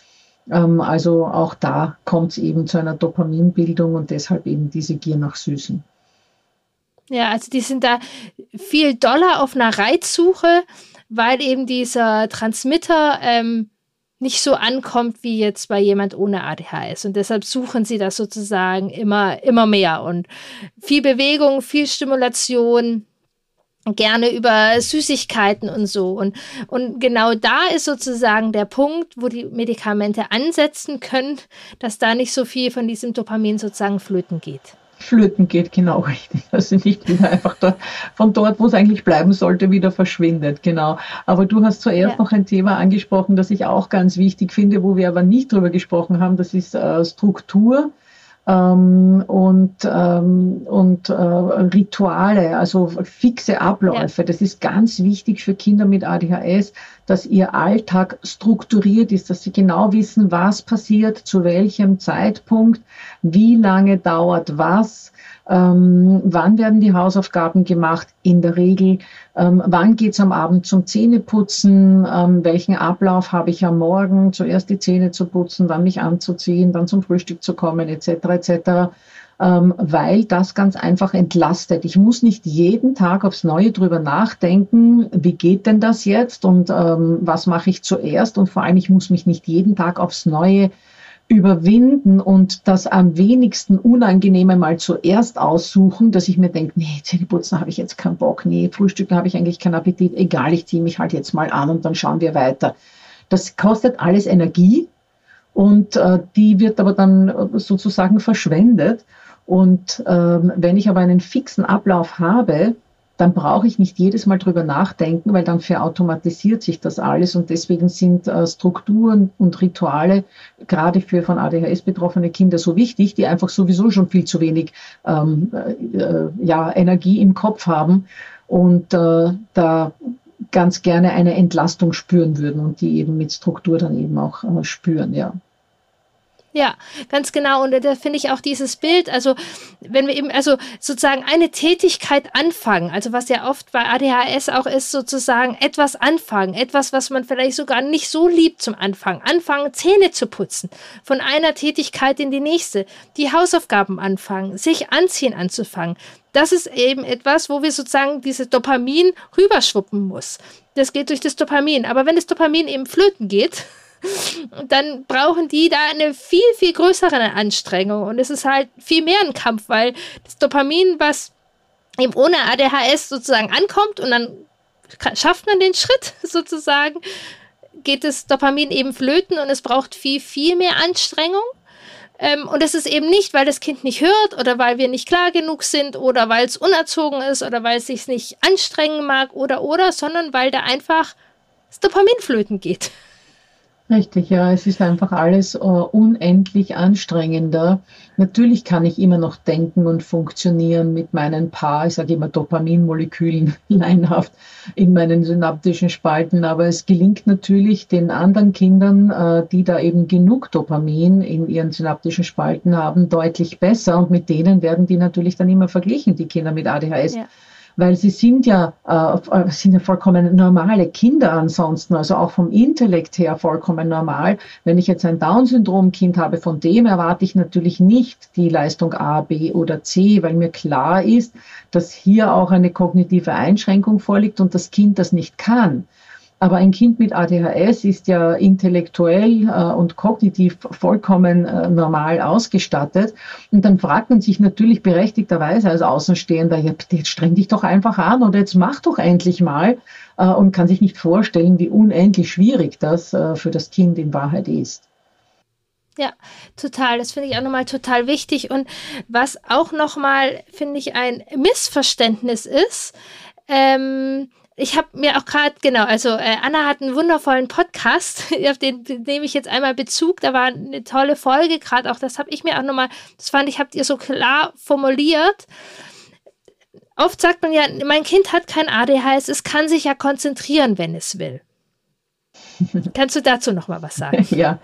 Also auch da kommt es eben zu einer Dopaminbildung und deshalb eben diese Gier nach Süßen. Ja, also die sind da viel doller auf einer Reizsuche, weil eben dieser Transmitter ähm, nicht so ankommt wie jetzt bei jemand ohne A D H S. Und deshalb suchen sie das sozusagen immer, immer mehr. Und viel Bewegung, viel Stimulation, gerne über Süßigkeiten und so. Und, und genau da ist sozusagen der Punkt, wo die Medikamente ansetzen können, dass da nicht so viel von diesem Dopamin sozusagen flöten geht. Flöten geht, genau richtig. Also nicht wieder einfach dort, von dort, wo es eigentlich bleiben sollte, wieder verschwindet, genau. Aber du hast zuerst ja. noch ein Thema angesprochen, das ich auch ganz wichtig finde, wo wir aber nicht drüber gesprochen haben, das ist äh, Struktur. Ähm, und ähm, und äh, Rituale, also fixe Abläufe. Ja. Das ist ganz wichtig für Kinder mit A D H S, dass ihr Alltag strukturiert ist, dass sie genau wissen, was passiert, zu welchem Zeitpunkt, wie lange dauert was, ähm, wann werden die Hausaufgaben gemacht, in der Regel, ähm, wann geht's am Abend zum Zähneputzen, ähm, welchen Ablauf habe ich am Morgen, zuerst die Zähne zu putzen, dann mich anzuziehen, dann zum Frühstück zu kommen, et cetera et cetera, ähm, weil das ganz einfach entlastet. Ich muss nicht jeden Tag aufs Neue drüber nachdenken, wie geht denn das jetzt und ähm, was mache ich zuerst und vor allem, ich muss mich nicht jeden Tag aufs Neue überwinden und das am wenigsten Unangenehme mal zuerst aussuchen, dass ich mir denke, nee, Zähneputzen habe ich jetzt keinen Bock, nee, Frühstücken habe ich eigentlich keinen Appetit, egal, ich ziehe mich halt jetzt mal an und dann schauen wir weiter. Das kostet alles Energie und äh, die wird aber dann sozusagen verschwendet. Und ähm, wenn ich aber einen fixen Ablauf habe, dann brauche ich nicht jedes Mal drüber nachdenken, weil dann verautomatisiert sich das alles. Und deswegen sind äh, Strukturen und Rituale gerade für von A D H S betroffene Kinder so wichtig, die einfach sowieso schon viel zu wenig ähm, äh, ja, Energie im Kopf haben und äh, da ganz gerne eine Entlastung spüren würden und die eben mit Struktur dann eben auch äh, spüren, ja. Ja, ganz genau. Und da finde ich auch dieses Bild, also wenn wir eben, also sozusagen eine Tätigkeit anfangen, also was ja oft bei A D H S auch ist, sozusagen etwas anfangen, etwas, was man vielleicht sogar nicht so liebt zum Anfang. Anfangen, Zähne zu putzen, von einer Tätigkeit in die nächste, die Hausaufgaben anfangen, sich anziehen anzufangen. Das ist eben etwas, wo wir sozusagen diese Dopamin rüberschwuppen muss. Das geht durch das Dopamin. Aber wenn das Dopamin eben flöten geht, dann brauchen die da eine viel, viel größere Anstrengung. Und es ist halt viel mehr ein Kampf, weil das Dopamin, was eben ohne A D H S sozusagen ankommt und dann schafft man den Schritt sozusagen, geht das Dopamin eben flöten und es braucht viel, viel mehr Anstrengung. Ähm, und es ist eben nicht, weil das Kind nicht hört oder weil wir nicht klar genug sind oder weil es unerzogen ist oder weil es sich nicht anstrengen mag oder, oder, sondern weil da einfach das Dopamin flöten geht. Richtig, ja, es ist einfach alles äh, unendlich anstrengender. Natürlich kann ich immer noch denken und funktionieren mit meinen paar, ich sage immer Dopaminmolekülen, laienhaft in meinen synaptischen Spalten, aber es gelingt natürlich den anderen Kindern, äh, die da eben genug Dopamin in ihren synaptischen Spalten haben, deutlich besser und mit denen werden die natürlich dann immer verglichen, die Kinder mit A D H S. Ja. Weil sie sind ja, äh, sind ja vollkommen normale Kinder ansonsten, also auch vom Intellekt her vollkommen normal. Wenn ich jetzt ein Down-Syndrom-Kind habe, von dem erwarte ich natürlich nicht die Leistung A, B oder C, weil mir klar ist, dass hier auch eine kognitive Einschränkung vorliegt und das Kind das nicht kann. Aber ein Kind mit A D H S ist ja intellektuell äh, und kognitiv vollkommen äh, normal ausgestattet. Und dann fragt man sich natürlich berechtigterweise als Außenstehender, ja, jetzt streng dich doch einfach an oder jetzt mach doch endlich mal äh, und kann sich nicht vorstellen, wie unendlich schwierig das äh, für das Kind in Wahrheit ist. Ja, total. Das finde ich auch nochmal total wichtig. Und was auch nochmal, finde ich, ein Missverständnis ist, ähm, ich habe mir auch gerade, genau, also äh, Anna hat einen wundervollen Podcast, auf den nehme ich jetzt einmal Bezug, da war eine tolle Folge gerade, auch das habe ich mir auch nochmal, das fand ich, habt ihr so klar formuliert. Oft sagt man ja, mein Kind hat kein A D H S, es kann sich ja konzentrieren, wenn es will. Kannst du dazu nochmal was sagen? Ja.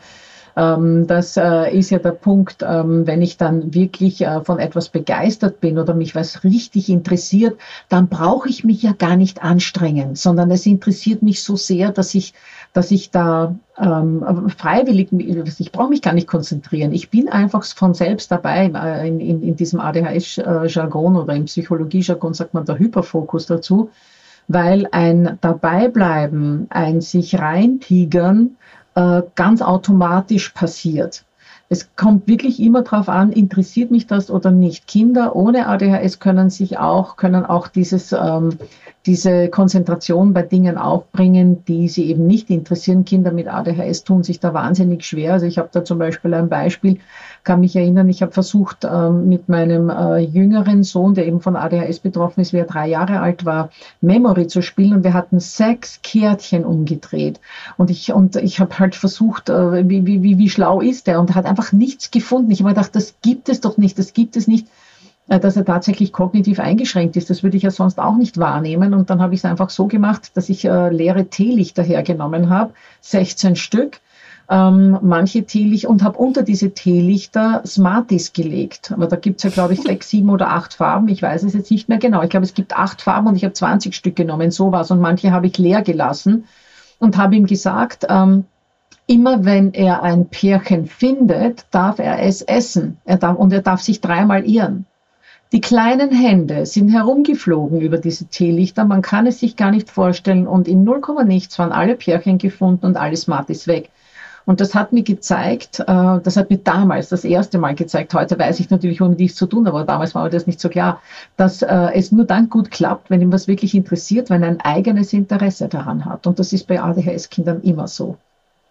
Das ist ja der Punkt, wenn ich dann wirklich von etwas begeistert bin oder mich was richtig interessiert, dann brauche ich mich ja gar nicht anstrengen, sondern es interessiert mich so sehr, dass ich, dass ich da ähm, freiwillig, ich brauche mich gar nicht konzentrieren. Ich bin einfach von selbst dabei. In, in, in diesem A D H S-Jargon oder im Psychologie-Jargon sagt man der Hyperfokus dazu, weil ein Dabeibleiben, ein sich reintigern, ganz automatisch passiert. Es kommt wirklich immer darauf an, interessiert mich das oder nicht. Kinder ohne A D H S können sich auch, können auch dieses, ähm, diese Konzentration bei Dingen aufbringen, die sie eben nicht interessieren. Kinder mit A D H S tun sich da wahnsinnig schwer. Also ich habe da zum Beispiel ein Beispiel, kann mich erinnern, ich habe versucht, ähm, mit meinem äh, jüngeren Sohn, der eben von A D H S betroffen ist, wie er drei Jahre alt war, Memory zu spielen und wir hatten sechs Kärtchen umgedreht. Und ich, und ich habe halt versucht, äh, wie, wie, wie schlau ist der und hat einfach nichts gefunden. Ich habe mir gedacht, das gibt es doch nicht, das gibt es nicht, äh, dass er tatsächlich kognitiv eingeschränkt ist. Das würde ich ja sonst auch nicht wahrnehmen. Und dann habe ich es einfach so gemacht, dass ich äh, leere Teelichter hergenommen habe, sechzehn Stück. Ähm, manche Teelichter und habe unter diese Teelichter Smarties gelegt. Aber da gibt's ja, glaube ich, sechs, sieben oder acht Farben. Ich weiß es jetzt nicht mehr genau. Ich glaube, es gibt acht Farben und ich habe zwanzig Stück genommen, sowas. Und manche habe ich leer gelassen und habe ihm gesagt, ähm, immer wenn er ein Pärchen findet, darf er es essen. Er darf, und er darf sich dreimal irren. Die kleinen Hände sind herumgeflogen über diese Teelichter. Man kann es sich gar nicht vorstellen. Und in null Komma nichts waren alle Pärchen gefunden und alle Smarties weg. Und das hat mir gezeigt, äh, das hat mir damals das erste Mal gezeigt, heute weiß ich natürlich, womit dies zu tun, aber damals war mir das nicht so klar, dass äh, es nur dann gut klappt, wenn ihm was wirklich interessiert, wenn er ein eigenes Interesse daran hat. Und das ist bei A D H S-Kindern immer so.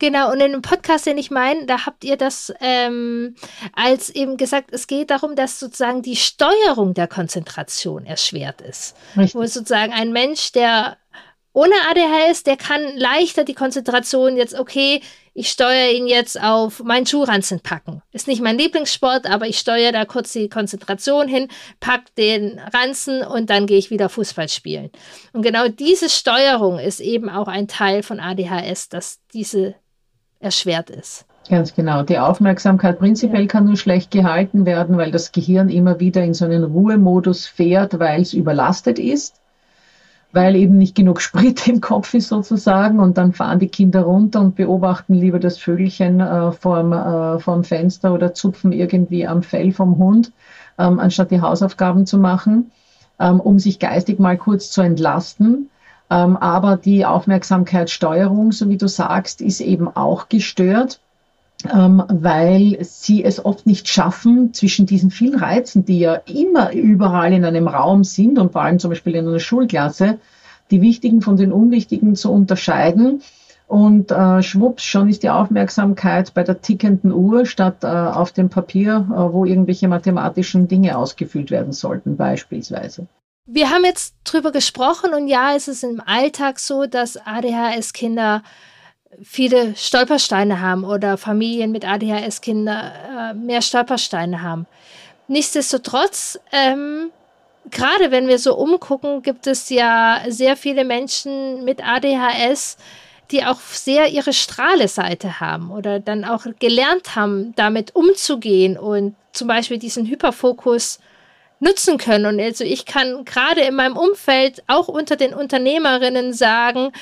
Genau, und in dem Podcast, den ich meine, da habt ihr das ähm, als eben gesagt, es geht darum, dass sozusagen die Steuerung der Konzentration erschwert ist. Richtig. Wo sozusagen ein Mensch, der ohne A D H S, der kann leichter die Konzentration jetzt, okay, ich steuere ihn jetzt auf meinen Schuhranzen packen. Ist nicht mein Lieblingssport, aber ich steuere da kurz die Konzentration hin, pack den Ranzen und dann gehe ich wieder Fußball spielen. Und genau diese Steuerung ist eben auch ein Teil von A D H S, dass diese erschwert ist. Ganz genau. Die Aufmerksamkeit prinzipiell ja. kann nur schlecht gehalten werden, weil das Gehirn immer wieder in so einen Ruhemodus fährt, weil es überlastet ist. Weil eben nicht genug Sprit im Kopf ist sozusagen, und dann fahren die Kinder runter und beobachten lieber das Vögelchen äh, vorm, äh, vorm Fenster oder zupfen irgendwie am Fell vom Hund, ähm, anstatt die Hausaufgaben zu machen, ähm, um sich geistig mal kurz zu entlasten. Ähm, aber die Aufmerksamkeitssteuerung, so wie du sagst, ist eben auch gestört, ähm, weil sie es oft nicht schaffen, zwischen diesen vielen Reizen, die ja immer überall in einem Raum sind und vor allem zum Beispiel in einer Schulklasse, die Wichtigen von den Unwichtigen zu unterscheiden. Und äh, schwupps, schon ist die Aufmerksamkeit bei der tickenden Uhr statt äh, auf dem Papier, äh, wo irgendwelche mathematischen Dinge ausgefüllt werden sollten, beispielsweise. Wir haben jetzt drüber gesprochen, und ja, es ist im Alltag so, dass A D H S-Kinder viele Stolpersteine haben oder Familien mit A D H S-Kindern äh, mehr Stolpersteine haben. Nichtsdestotrotz, ähm, gerade wenn wir so umgucken, gibt es ja sehr viele Menschen mit A D H S, die auch sehr ihre Strahle-Seite haben oder dann auch gelernt haben, damit umzugehen und zum Beispiel diesen Hyperfokus nutzen können. Und also ich kann gerade in meinem Umfeld auch unter den Unternehmerinnen sagen,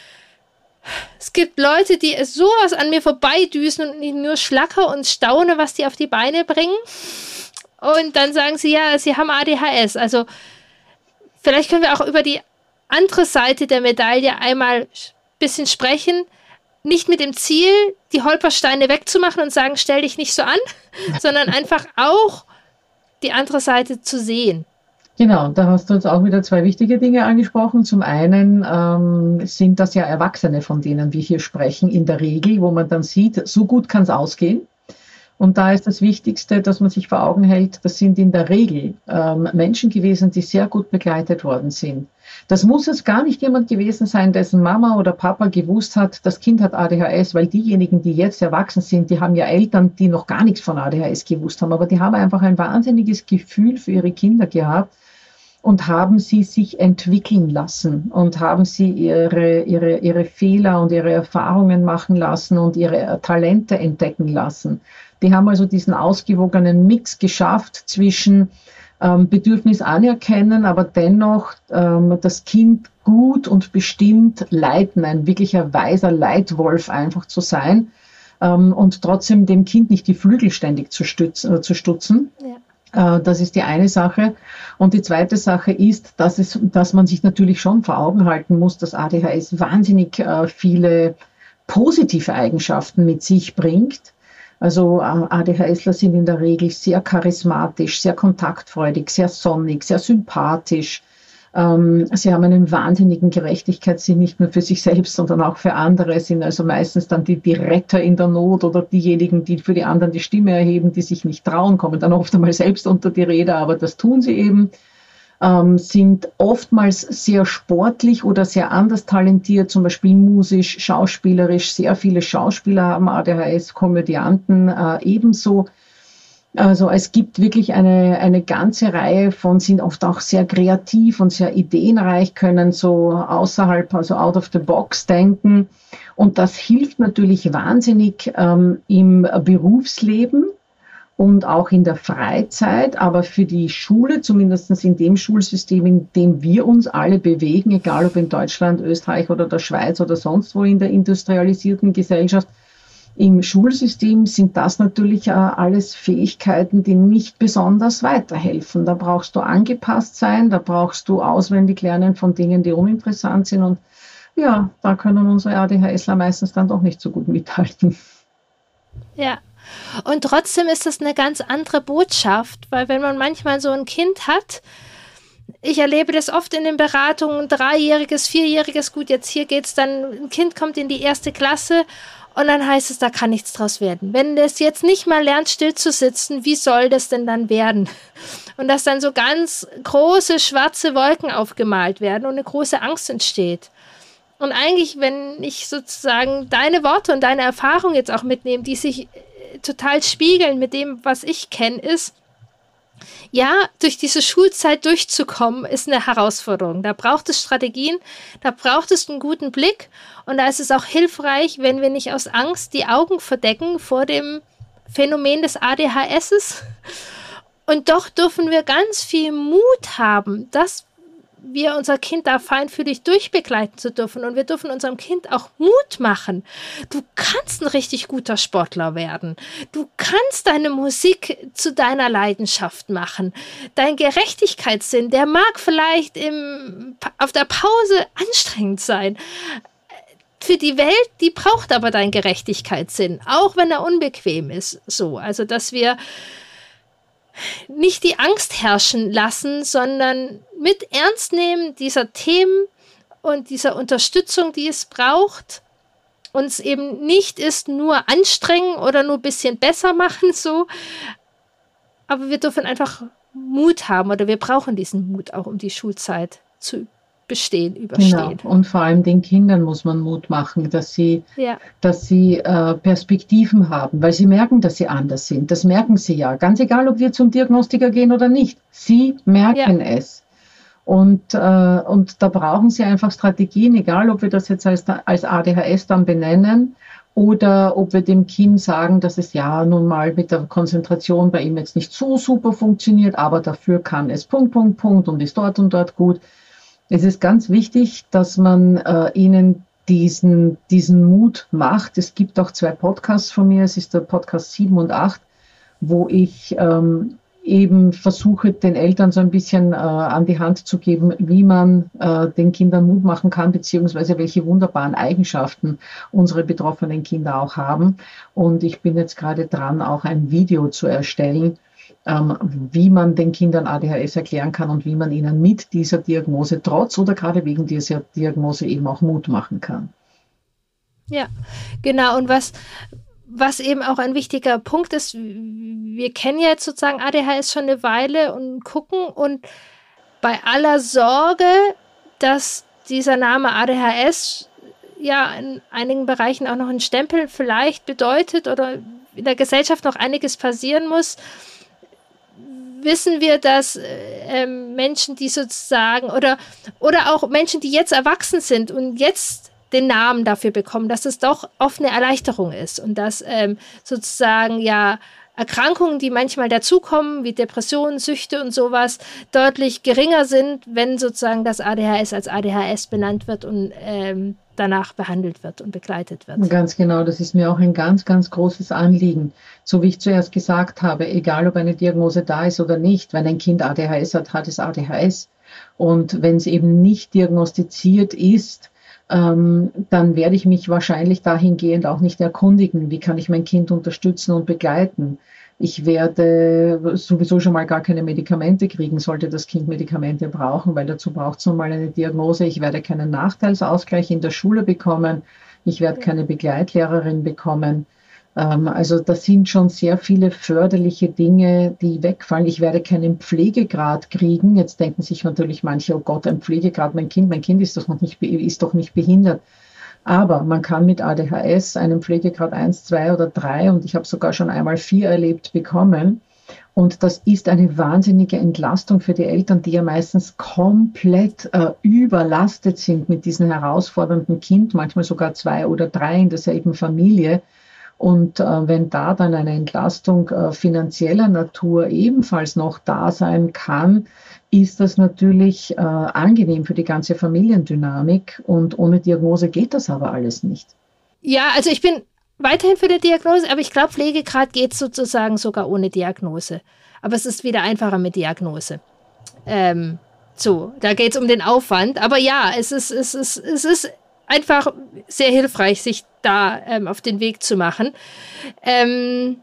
es gibt Leute, die sowas an mir vorbeidüsen und ich nur schlacker und staune, was die auf die Beine bringen. Und dann sagen sie, ja, sie haben A D H S. Also vielleicht können wir auch über die andere Seite der Medaille einmal ein bisschen sprechen. Nicht mit dem Ziel, die Holpersteine wegzumachen und sagen, stell dich nicht so an, sondern einfach auch die andere Seite zu sehen. Genau, da hast du jetzt auch wieder zwei wichtige Dinge angesprochen. Zum einen ähm, sind das ja Erwachsene, von denen wir hier sprechen, in der Regel, wo man dann sieht, so gut kann es ausgehen. Und da ist das Wichtigste, dass man sich vor Augen hält, das sind in der Regel ähm, Menschen gewesen, die sehr gut begleitet worden sind. Das muss jetzt gar nicht jemand gewesen sein, dessen Mama oder Papa gewusst hat, das Kind hat A D H S, weil diejenigen, die jetzt erwachsen sind, die haben ja Eltern, die noch gar nichts von A D H S gewusst haben, aber die haben einfach ein wahnsinniges Gefühl für ihre Kinder gehabt und haben sie sich entwickeln lassen und haben sie ihre, ihre, ihre Fehler und ihre Erfahrungen machen lassen und ihre Talente entdecken lassen. Die haben also diesen ausgewogenen Mix geschafft zwischen ähm, Bedürfnis anerkennen, aber dennoch ähm, das Kind gut und bestimmt leiten, ein wirklicher weiser Leitwolf einfach zu sein ähm, und trotzdem dem Kind nicht die Flügel ständig zu, stützen, äh, zu stutzen. Ja. Äh, das ist die eine Sache. Und die zweite Sache ist, dass, es, dass man sich natürlich schon vor Augen halten muss, dass A D H S wahnsinnig äh, viele positive Eigenschaften mit sich bringt. Also ADHSler sind in der Regel sehr charismatisch, sehr kontaktfreudig, sehr sonnig, sehr sympathisch. Ähm, sie haben einen wahnsinnigen Gerechtigkeitssinn, nicht nur für sich selbst, sondern auch für andere, sind also meistens dann die, die Retter in der Not oder diejenigen, die für die anderen die Stimme erheben, die sich nicht trauen, kommen dann oft einmal selbst unter die Rede, aber das tun sie eben. Ähm, sind oftmals sehr sportlich oder sehr anders talentiert, zum Beispiel musisch, schauspielerisch. Sehr viele Schauspieler haben A D H S, Komödianten äh, ebenso. Also es gibt wirklich eine, eine ganze Reihe von, sind oft auch sehr kreativ und sehr ideenreich, können so außerhalb, also out of the box denken. Und das hilft natürlich wahnsinnig ähm, im Berufsleben und auch in der Freizeit, aber für die Schule, zumindest in dem Schulsystem, in dem wir uns alle bewegen, egal ob in Deutschland, Österreich oder der Schweiz oder sonst wo in der industrialisierten Gesellschaft, im Schulsystem sind das natürlich äh, alles Fähigkeiten, die nicht besonders weiterhelfen. Da brauchst du angepasst sein, da brauchst du auswendig lernen von Dingen, die uninteressant sind, und ja, da können unsere ADHSler meistens dann doch nicht so gut mithalten. Ja. Und trotzdem ist das eine ganz andere Botschaft, weil wenn man manchmal so ein Kind hat, ich erlebe das oft in den Beratungen, dreijähriges, vierjähriges, gut, jetzt hier geht's dann, ein Kind kommt in die erste Klasse Und dann heißt es, da kann nichts draus werden. Wenn das jetzt nicht mal lernt, still zu sitzen, wie soll das denn dann werden? Und dass dann so ganz große schwarze Wolken aufgemalt werden und eine große Angst entsteht. Und eigentlich, wenn ich sozusagen deine Worte und deine Erfahrung jetzt auch mitnehme, die sich total spiegeln mit dem, was ich kenne, ist, ja, durch diese Schulzeit durchzukommen, ist eine Herausforderung. Da braucht es Strategien, da braucht es einen guten Blick und da ist es auch hilfreich, wenn wir nicht aus Angst die Augen verdecken vor dem Phänomen des A D H S. Und doch dürfen wir ganz viel Mut haben, dass wir unser Kind da feinfühlig durchbegleiten zu dürfen. Und wir dürfen unserem Kind auch Mut machen. Du kannst ein richtig guter Sportler werden. Du kannst deine Musik zu deiner Leidenschaft machen. Dein Gerechtigkeitssinn, der mag vielleicht im, auf der Pause anstrengend sein. Für die Welt, die braucht aber deinen Gerechtigkeitssinn, auch wenn er unbequem ist. So, also dass wir nicht die Angst herrschen lassen, sondern mit ernst nehmen dieser Themen und dieser Unterstützung, die es braucht, uns eben nicht ist nur anstrengen oder nur ein bisschen besser machen, so, aber wir dürfen einfach Mut haben oder wir brauchen diesen Mut auch, um die Schulzeit zu bestehen, überstehen. Genau. Und vor allem den Kindern muss man Mut machen, dass sie, ja. dass sie äh, Perspektiven haben, weil sie merken, dass sie anders sind. Das merken sie ja. Ganz egal, ob wir zum Diagnostiker gehen oder nicht. Sie merken ja. es. Und, äh, und da brauchen sie einfach Strategien, egal ob wir das jetzt als, als A D H S dann benennen oder ob wir dem Kind sagen, dass es ja nun mal mit der Konzentration bei ihm jetzt nicht so super funktioniert, aber dafür kann es Punkt, Punkt, Punkt und ist dort und dort gut. Es ist ganz wichtig, dass man äh, ihnen diesen, diesen Mut macht. Es gibt auch zwei Podcasts von mir. Es ist der Podcast sieben und acht, wo ich ähm, eben versuche, den Eltern so ein bisschen äh, an die Hand zu geben, wie man äh, den Kindern Mut machen kann, beziehungsweise welche wunderbaren Eigenschaften unsere betroffenen Kinder auch haben. Und ich bin jetzt gerade dran, auch ein Video zu erstellen, Ähm, wie man den Kindern A D H S erklären kann und wie man ihnen mit dieser Diagnose trotz oder gerade wegen dieser Diagnose eben auch Mut machen kann. Ja, genau. Und was, was eben auch ein wichtiger Punkt ist, wir kennen ja jetzt sozusagen A D H S schon eine Weile und gucken und bei aller Sorge, dass dieser Name A D H S ja in einigen Bereichen auch noch einen Stempel vielleicht bedeutet oder in der Gesellschaft noch einiges passieren muss, wissen wir, dass äh, Menschen, die sozusagen, oder, oder auch Menschen, die jetzt erwachsen sind und jetzt den Namen dafür bekommen, dass es doch oft eine Erleichterung ist und dass ähm, sozusagen ja Erkrankungen, die manchmal dazukommen, wie Depressionen, Süchte und sowas, deutlich geringer sind, wenn sozusagen das A D H S als A D H S benannt wird und ähm, danach behandelt wird und begleitet wird. Ganz genau, das ist mir auch ein ganz, ganz großes Anliegen. So wie ich zuerst gesagt habe, egal ob eine Diagnose da ist oder nicht, wenn ein Kind A D H S hat, hat es A D H S. Und wenn es eben nicht diagnostiziert ist, ähm, dann werde ich mich wahrscheinlich dahingehend auch nicht erkundigen, wie kann ich mein Kind unterstützen und begleiten. Ich werde sowieso schon mal gar keine Medikamente kriegen, sollte das Kind Medikamente brauchen, weil dazu braucht es nun mal eine Diagnose. Ich werde keinen Nachteilsausgleich in der Schule bekommen. Ich werde keine Begleitlehrerin bekommen. Ähm, also das sind schon sehr viele förderliche Dinge, die wegfallen. Ich werde keinen Pflegegrad kriegen. Jetzt denken sich natürlich manche, oh Gott, ein Pflegegrad, mein Kind, mein Kind ist doch noch nicht, ist doch nicht behindert. Aber man kann mit A D H S einen Pflegegrad eins, zwei oder drei und ich habe sogar schon einmal vier erlebt bekommen. Und das ist eine wahnsinnige Entlastung für die Eltern, die ja meistens komplett äh, überlastet sind mit diesem herausfordernden Kind, manchmal sogar zwei oder drei in derselben Familie. Und äh, wenn da dann eine Entlastung äh, finanzieller Natur ebenfalls noch da sein kann, ist das natürlich äh, angenehm für die ganze Familiendynamik. Und ohne Diagnose geht das aber alles nicht. Ja, also ich bin weiterhin für die Diagnose, aber ich glaube, Pflegegrad geht sozusagen sogar ohne Diagnose. Aber es ist wieder einfacher mit Diagnose. Ähm, so, da geht es um den Aufwand. Aber ja, es ist, es ist, es ist einfach sehr hilfreich, sich da ähm, auf den Weg zu machen. Ähm,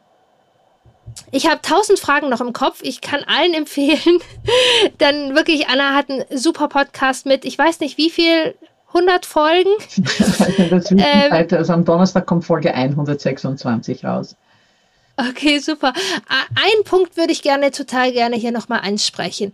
ich habe tausend Fragen noch im Kopf. Ich kann allen empfehlen, dann wirklich, Anna hat einen super Podcast mit, ich weiß nicht wie viel, hundert Folgen. Also in der Zwischenzeit, ähm, also am Donnerstag kommt Folge hundertsechsundzwanzig raus. Okay, super. Einen Punkt würde ich gerne, total gerne hier nochmal ansprechen.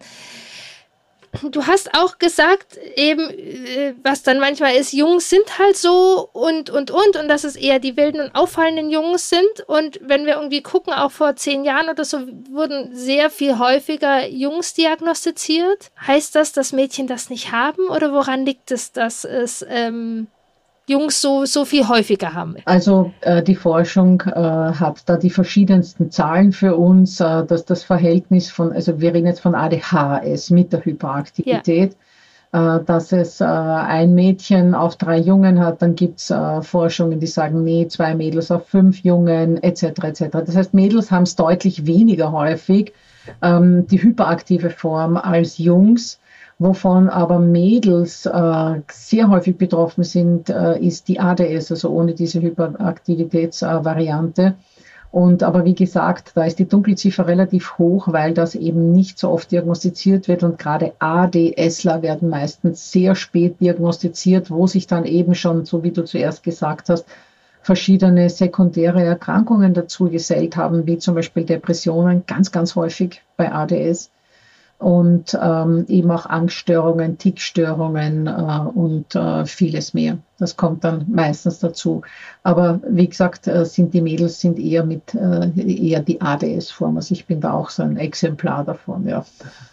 Du hast auch gesagt, eben, was dann manchmal ist, Jungs sind halt so und, und, und, und dass es eher die wilden und auffallenden Jungs sind. Und wenn wir irgendwie gucken, auch vor zehn Jahren oder so, wurden sehr viel häufiger Jungs diagnostiziert. Heißt das, dass Mädchen das nicht haben? Oder woran liegt es, dass es ähm, Jungs so, so viel häufiger haben? Also äh, die Forschung äh, hat da die verschiedensten Zahlen für uns, äh, dass das Verhältnis von, also wir reden jetzt von A D H S mit der Hyperaktivität, ja. äh, dass es äh, ein Mädchen auf drei Jungen hat, dann gibt es äh, Forschungen, die sagen, nee, zwei Mädels auf fünf Jungen, et cetera et cetera. Das heißt, Mädels haben es deutlich weniger häufig, ähm, die hyperaktive Form als Jungs. Wovon aber Mädels äh, sehr häufig betroffen sind, äh, ist die A D S, also ohne diese Hyperaktivitätsvariante. Äh, Und aber wie gesagt, da ist die Dunkelziffer relativ hoch, weil das eben nicht so oft diagnostiziert wird. Und gerade ADSler werden meistens sehr spät diagnostiziert, wo sich dann eben schon, so wie du zuerst gesagt hast, verschiedene sekundäre Erkrankungen dazu gesellt haben, wie zum Beispiel Depressionen, ganz, ganz häufig bei A D S. Und ähm, eben auch Angststörungen, Tickstörungen äh, und äh, vieles mehr. Das kommt dann meistens dazu. Aber wie gesagt, äh, sind die Mädels sind eher mit äh, eher die A D S-Form. Also ich bin da auch so ein Exemplar davon, ja.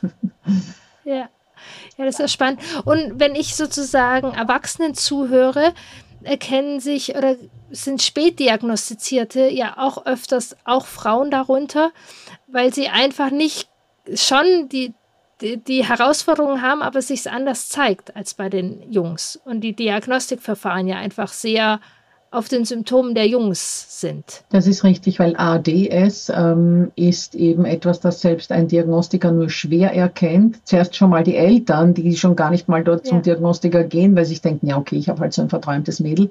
Ja, ja, das ist spannend. Und wenn ich sozusagen Erwachsenen zuhöre, erkennen sich oder sind Spätdiagnostizierte ja auch öfters auch Frauen darunter, weil sie einfach nicht schon die, die, die Herausforderungen haben, aber es sich anders zeigt als bei den Jungs. Und die Diagnostikverfahren ja einfach sehr auf den Symptomen der Jungs sind. Das ist richtig, weil A D S ähm, ist eben etwas, das selbst ein Diagnostiker nur schwer erkennt. Zuerst schon mal die Eltern, die schon gar nicht mal dort ja. zum Diagnostiker gehen, weil sie sich denken, ja okay, ich habe halt so ein verträumtes Mädel.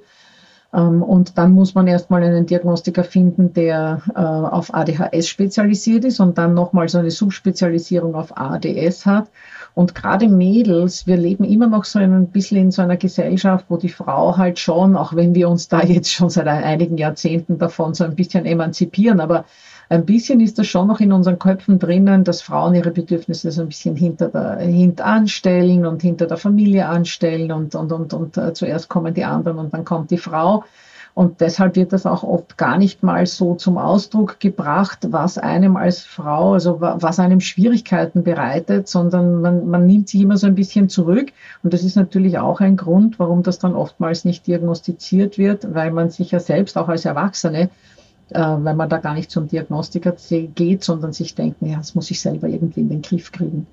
Und dann muss man erstmal einen Diagnostiker finden, der äh, auf A D H S spezialisiert ist und dann nochmal so eine Subspezialisierung auf A D S hat. Und gerade Mädels, wir leben immer noch so ein bisschen in so einer Gesellschaft, wo die Frau halt schon, auch wenn wir uns da jetzt schon seit einigen Jahrzehnten davon so ein bisschen emanzipieren, aber ein bisschen ist das schon noch in unseren Köpfen drinnen, dass Frauen ihre Bedürfnisse so ein bisschen hinter der, hintanstellen und hinter der Familie anstellen und, und, und, und äh, zuerst kommen die anderen und dann kommt die Frau. Und deshalb wird das auch oft gar nicht mal so zum Ausdruck gebracht, was einem als Frau, also was einem Schwierigkeiten bereitet, sondern man, man nimmt sich immer so ein bisschen zurück. Und das ist natürlich auch ein Grund, warum das dann oftmals nicht diagnostiziert wird, weil man sich ja selbst auch als Erwachsene, äh, weil man da gar nicht zum Diagnostiker geht, sondern sich denkt, ja, das muss ich selber irgendwie in den Griff kriegen.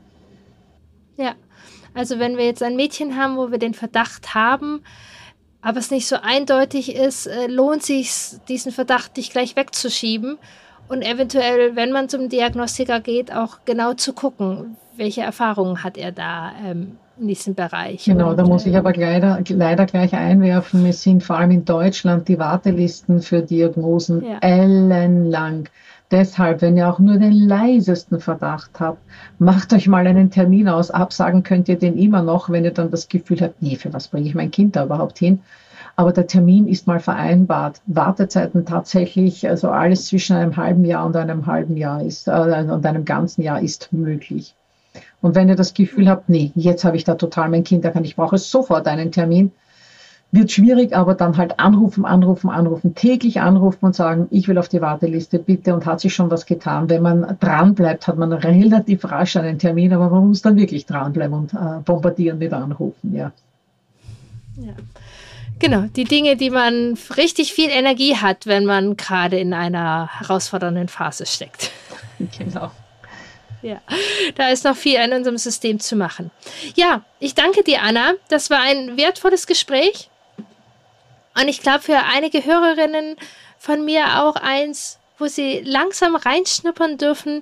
Ja, also wenn wir jetzt ein Mädchen haben, wo wir den Verdacht haben, aber es nicht so eindeutig ist, äh, lohnt sich diesen Verdacht nicht gleich wegzuschieben und eventuell, wenn man zum Diagnostiker geht, auch genau zu gucken, welche Erfahrungen hat er da ähm, in diesem Bereich. Genau, und, da muss äh, ich aber leider, leider gleich einwerfen, es sind vor allem in Deutschland die Wartelisten für Diagnosen ja. ellenlang. Deshalb, wenn ihr auch nur den leisesten Verdacht habt, macht euch mal einen Termin aus. Absagen könnt ihr den immer noch, wenn ihr dann das Gefühl habt, nee, für was bringe ich mein Kind da überhaupt hin? Aber der Termin ist mal vereinbart. Wartezeiten tatsächlich, also alles zwischen einem halben Jahr und einem halben Jahr ist, äh, und einem ganzen Jahr ist möglich. Und wenn ihr das Gefühl habt, nee, jetzt habe ich da total mein Kind erkannt, ich brauche sofort einen Termin, wird schwierig, aber dann halt anrufen, anrufen, anrufen, täglich anrufen und sagen, ich will auf die Warteliste, bitte, und hat sich schon was getan. Wenn man dran bleibt, hat man relativ rasch einen Termin, aber man muss dann wirklich dranbleiben und äh, bombardieren mit Anrufen, ja. Ja. Genau, die Dinge, die man richtig viel Energie hat, wenn man gerade in einer herausfordernden Phase steckt. Genau. Ja, da ist noch viel in unserem System zu machen. Ja, ich danke dir, Anna. Das war ein wertvolles Gespräch. Und ich glaube, für einige Hörerinnen von mir auch eins, wo sie langsam reinschnuppern dürfen.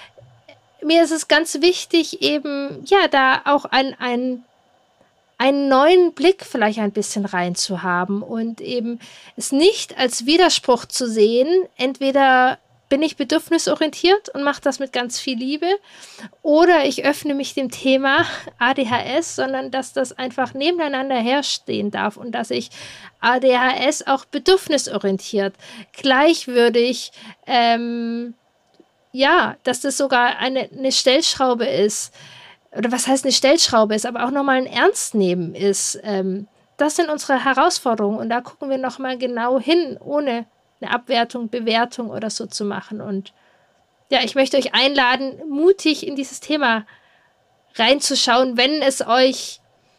Mir ist es ganz wichtig, eben, ja, da auch ein, ein, einen neuen Blick vielleicht ein bisschen reinzuhaben und eben es nicht als Widerspruch zu sehen, entweder bin ich bedürfnisorientiert und mache das mit ganz viel Liebe, oder ich öffne mich dem Thema A D H S, sondern dass das einfach nebeneinander herstehen darf und dass ich A D H S auch bedürfnisorientiert, gleichwürdig, ähm, ja, dass das sogar eine, eine Stellschraube ist, oder was heißt eine Stellschraube ist, aber auch nochmal ein Ernstnehmen ist. Ähm, das sind unsere Herausforderungen und da gucken wir nochmal genau hin, ohne eine Abwertung, Bewertung oder so zu machen. Und ja, ich möchte euch einladen, mutig in dieses Thema reinzuschauen, wenn es euch,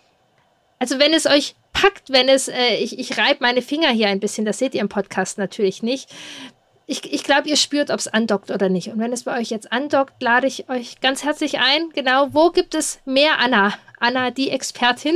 also wenn es euch packt, wenn es, äh, ich, ich reibe meine Finger hier ein bisschen, das seht ihr im Podcast natürlich nicht. Ich, ich glaube, ihr spürt, ob es andockt oder nicht. Und wenn es bei euch jetzt andockt, lade ich euch ganz herzlich ein. Genau, wo gibt es mehr Anna? Anna, die Expertin.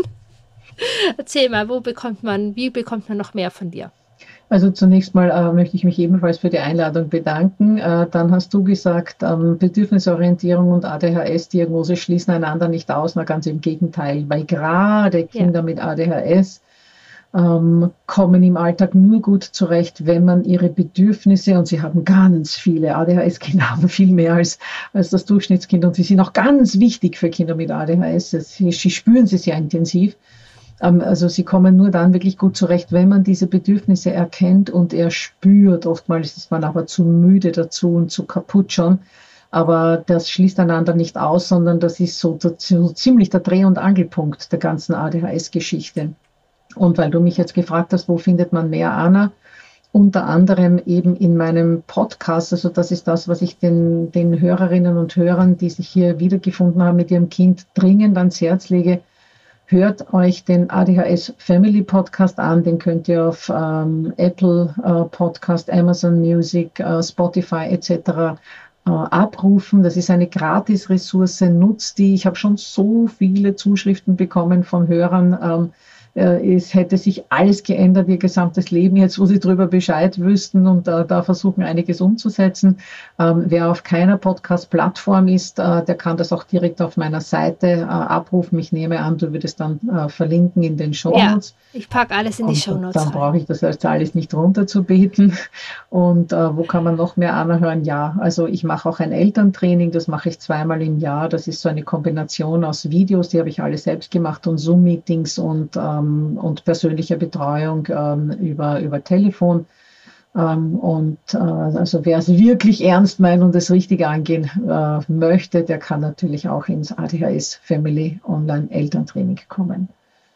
Erzähl mal, wo bekommt man, wie bekommt man noch mehr von dir? Also zunächst mal äh, möchte ich mich ebenfalls für die Einladung bedanken. Äh, dann hast du gesagt, ähm, Bedürfnisorientierung und A D H S-Diagnose schließen einander nicht aus, na ganz im Gegenteil, weil gerade Kinder ja. mit A D H S ähm, kommen im Alltag nur gut zurecht, wenn man ihre Bedürfnisse, und sie haben ganz viele, A D H S-Kinder haben viel mehr als, als das Durchschnittskind und sie sind auch ganz wichtig für Kinder mit A D H S, sie, sie spüren sie sehr intensiv. Also sie kommen nur dann wirklich gut zurecht, wenn man diese Bedürfnisse erkennt und erspürt. Oftmals ist man aber zu müde dazu und zu kaputt schon. Aber das schließt einander nicht aus, sondern das ist so, so ziemlich der Dreh- und Angelpunkt der ganzen A D H S-Geschichte. Und weil du mich jetzt gefragt hast, wo findet man mehr, Anna? Unter anderem eben in meinem Podcast. Also das ist das, was ich den, den Hörerinnen und Hörern, die sich hier wiedergefunden haben mit ihrem Kind, dringend ans Herz lege. Hört euch den A D H S Family Podcast an, den könnt ihr auf ähm, Apple äh, Podcast, Amazon Music, äh, Spotify et cetera äh, abrufen. Das ist eine Gratis-Ressource, nutzt die. Ich habe schon so viele Zuschriften bekommen von Hörern. Ähm, äh, es hätte sich alles geändert, ihr gesamtes Leben, jetzt wo sie darüber Bescheid wüssten und äh, da versuchen, einiges umzusetzen. Ähm, wer auf keiner Podcast-Plattform ist, äh, der kann das auch direkt auf meiner Seite äh, abrufen. Ich nehme an, du würdest dann äh, verlinken in den Shownotes. Ja, ich packe alles in die Shownotes. Dann brauche ich das jetzt alles nicht runterzubeten. Und äh, wo kann man noch mehr anhören? Ja, also ich mache auch ein Elterntraining, das mache ich zweimal im Jahr. Das ist so eine Kombination aus Videos, die habe ich alle selbst gemacht, und Zoom-Meetings und ähm, und persönliche Betreuung ähm, über, über Telefon. Ähm, und äh, also wer es wirklich ernst meint und das Richtige angehen äh, möchte, der kann natürlich auch ins A D H S Family Online Elterntraining kommen.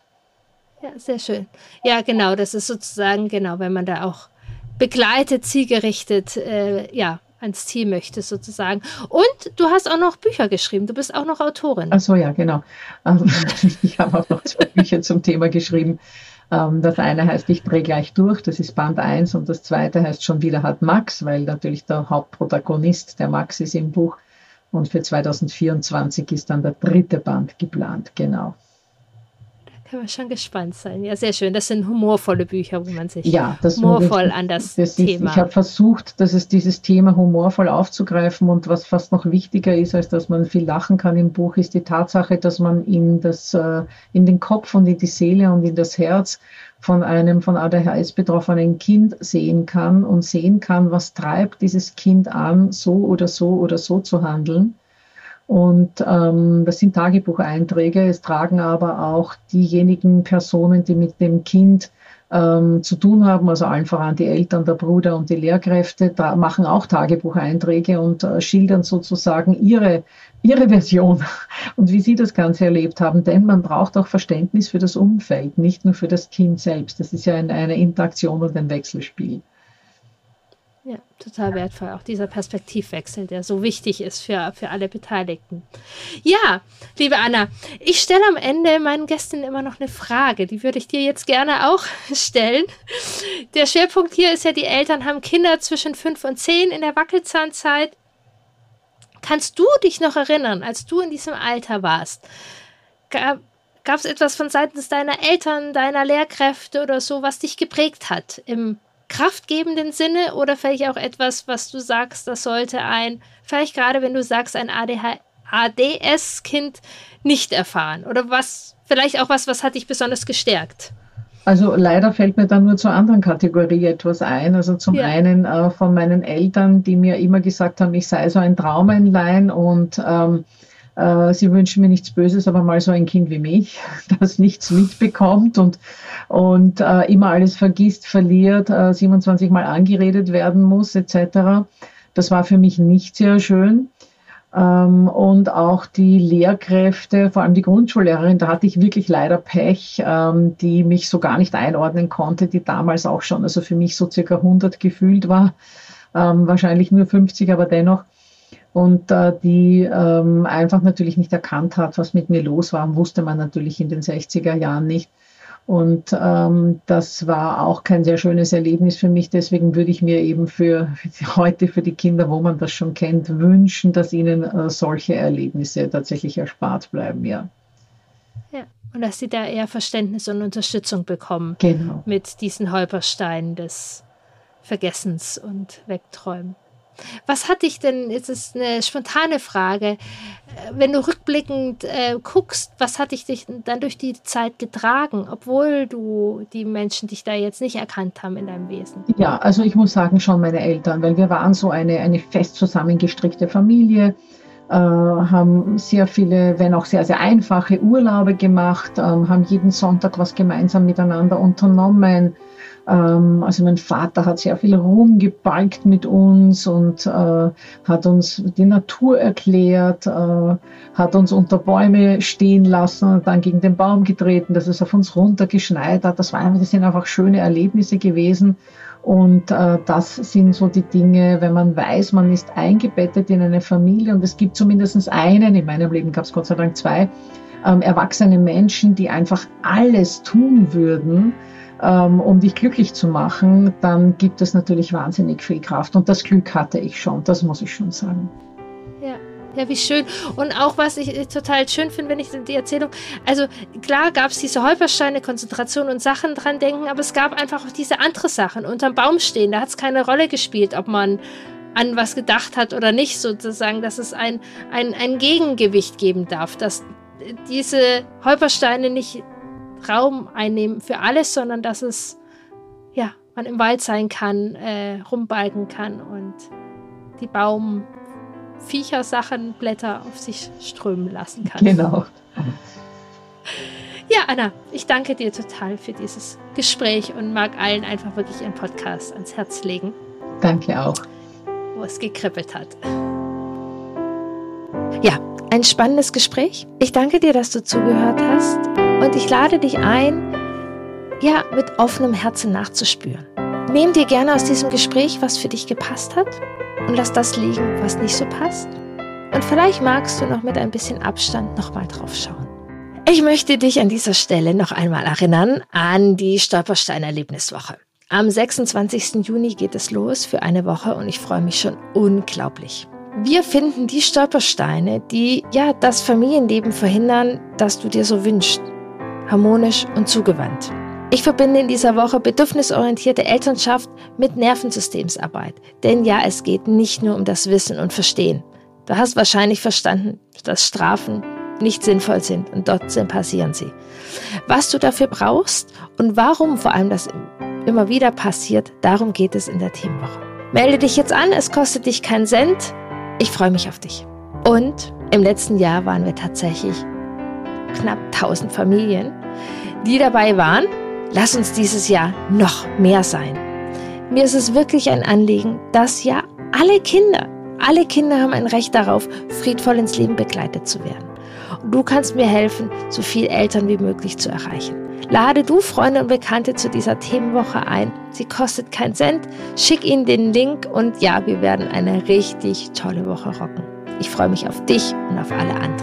Ja, sehr schön. Ja, genau, das ist sozusagen, genau, wenn man da auch begleitet, zielgerichtet, äh, ja, ans Ziel möchte sozusagen. Und du hast auch noch Bücher geschrieben. Du bist auch noch Autorin. Ach so, ja, genau. Ich habe auch noch zwei Bücher zum Thema geschrieben. Das eine heißt Ich drehe gleich durch, das ist Band eins, und das zweite heißt Schon wieder hat Max, weil natürlich der Hauptprotagonist, der Max, ist im Buch. Und für zweitausendvierundzwanzig ist dann der dritte Band geplant, genau. Können wir schon gespannt sein. Ja, sehr schön. Das sind humorvolle Bücher, wo man sich ja, das humorvoll ist, an das, das Thema... Ist, ich habe versucht, dass es dieses Thema humorvoll aufzugreifen, und was fast noch wichtiger ist, als dass man viel lachen kann im Buch, ist die Tatsache, dass man in, das, in den Kopf und in die Seele und in das Herz von einem von A D H S betroffenen Kind sehen kann und sehen kann, was treibt dieses Kind an, so oder so oder so zu handeln. Und ähm, das sind Tagebucheinträge. Es tragen aber auch diejenigen Personen, die mit dem Kind ähm, zu tun haben, also allen voran die Eltern, der Bruder und die Lehrkräfte, da machen auch Tagebucheinträge und äh, schildern sozusagen ihre, ihre Version und wie sie das Ganze erlebt haben. Denn man braucht auch Verständnis für das Umfeld, nicht nur für das Kind selbst. Das ist ja eine, eine Interaktion und ein Wechselspiel. Ja, total wertvoll. Auch dieser Perspektivwechsel, der so wichtig ist für, für alle Beteiligten. Ja, liebe Anna, ich stelle am Ende meinen Gästen immer noch eine Frage. Die würde ich dir jetzt gerne auch stellen. Der Schwerpunkt hier ist ja, die Eltern haben Kinder zwischen fünf und zehn in der Wackelzahnzeit. Kannst du dich noch erinnern, als du in diesem Alter warst? Gab gab es etwas von seitens deiner Eltern, deiner Lehrkräfte oder so, was dich geprägt hat im kraftgebenden Sinne, oder vielleicht auch etwas, was du sagst, das sollte ein, vielleicht gerade wenn du sagst, ein A D S-Kind nicht erfahren, oder was, vielleicht auch was, was hat dich besonders gestärkt? Also leider fällt mir dann nur zur anderen Kategorie etwas ein. Also zum ja. einen äh, von meinen Eltern, die mir immer gesagt haben, ich sei so ein Traumeinlein und ähm, äh, sie wünschen mir nichts Böses, aber mal so ein Kind wie mich, das nichts mitbekommt und, und äh, immer alles vergisst, verliert, äh, siebenundzwanzig Mal angeredet werden muss et cetera. Das war für mich nicht sehr schön. Ähm, und auch die Lehrkräfte, vor allem die Grundschullehrerin, da hatte ich wirklich leider Pech, ähm, die mich so gar nicht einordnen konnte, die damals auch schon, also für mich so circa hundert gefühlt war, ähm, wahrscheinlich nur fünfzig, aber dennoch. Und äh, die ähm, einfach natürlich nicht erkannt hat, was mit mir los war, wusste man natürlich in den sechziger Jahren nicht. Und ähm, das war auch kein sehr schönes Erlebnis für mich. Deswegen würde ich mir eben für, für heute, für die Kinder, wo man das schon kennt, wünschen, dass ihnen äh, solche Erlebnisse tatsächlich erspart bleiben, ja. Ja, und dass sie da eher Verständnis und Unterstützung bekommen. Genau. Mit diesen Holpersteinen des Vergessens und Wegträumen. Was hat dich denn, jetzt ist eine spontane Frage, wenn du rückblickend äh, guckst, was hat dich, dich dann durch die Zeit getragen, obwohl du die Menschen dich da jetzt nicht erkannt haben in deinem Wesen? Ja, also ich muss sagen, schon meine Eltern, weil wir waren so eine, eine fest zusammengestrickte Familie, äh, haben sehr viele, wenn auch sehr, sehr einfache Urlaube gemacht, äh, haben jeden Sonntag was gemeinsam miteinander unternommen. Also mein Vater hat sehr viel rumgebalgt mit uns und äh, hat uns die Natur erklärt, äh, hat uns unter Bäume stehen lassen und dann gegen den Baum getreten, dass es auf uns runtergeschneit hat. Das, war, das sind einfach schöne Erlebnisse gewesen. Und äh, das sind so die Dinge, wenn man weiß, man ist eingebettet in eine Familie und es gibt zumindest einen, in meinem Leben gab es Gott sei Dank zwei, ähm, erwachsene Menschen, die einfach alles tun würden, um dich glücklich zu machen, dann gibt es natürlich wahnsinnig viel Kraft. Und das Glück hatte ich schon, das muss ich schon sagen. Ja, ja, wie schön. Und auch, was ich total schön finde, wenn ich die Erzählung, also klar gab es diese Holpersteine, Konzentration und Sachen dran denken, aber es gab einfach auch diese andere Sachen. Unterm Baum stehen, da hat es keine Rolle gespielt, ob man an was gedacht hat oder nicht, sozusagen, dass es ein, ein, ein Gegengewicht geben darf, dass diese Holpersteine nicht Raum einnehmen für alles, sondern dass es, ja, man im Wald sein kann, äh, rumbalgen kann und die Baumviecher, Sachen, Blätter auf sich strömen lassen kann. Genau. Ja, Anna, ich danke dir total für dieses Gespräch und mag allen einfach wirklich ihren Podcast ans Herz legen. Danke auch. Wo es gekribbelt hat. Ja, ein spannendes Gespräch. Ich danke dir, dass du zugehört hast. Und ich lade dich ein, ja, mit offenem Herzen nachzuspüren. Nimm dir gerne aus diesem Gespräch, was für dich gepasst hat und lass das liegen, was nicht so passt. Und vielleicht magst du noch mit ein bisschen Abstand nochmal drauf schauen. Ich möchte dich an dieser Stelle noch einmal erinnern an die Stolperstein-Erlebniswoche. Am sechsundzwanzigsten Juni geht es los für eine Woche und ich freue mich schon unglaublich. Wir finden die Stolpersteine, die ja das Familienleben verhindern, das du dir so wünschst. Harmonisch und zugewandt. Ich verbinde in dieser Woche bedürfnisorientierte Elternschaft mit Nervensystemsarbeit. Denn ja, es geht nicht nur um das Wissen und Verstehen. Du hast wahrscheinlich verstanden, dass Strafen nicht sinnvoll sind und trotzdem passieren sie. Was du dafür brauchst und warum vor allem das immer wieder passiert, darum geht es in der Themenwoche. Melde dich jetzt an, es kostet dich keinen Cent. Ich freue mich auf dich. Und im letzten Jahr waren wir tatsächlich knapp tausend Familien, die dabei waren. Lass uns dieses Jahr noch mehr sein. Mir ist es wirklich ein Anliegen, dass ja alle Kinder, alle Kinder haben ein Recht darauf, friedvoll ins Leben begleitet zu werden. Und du kannst mir helfen, so viele Eltern wie möglich zu erreichen. Lade du Freunde und Bekannte zu dieser Themenwoche ein. Sie kostet keinen Cent. Schick ihnen den Link und ja, wir werden eine richtig tolle Woche rocken. Ich freue mich auf dich und auf alle anderen.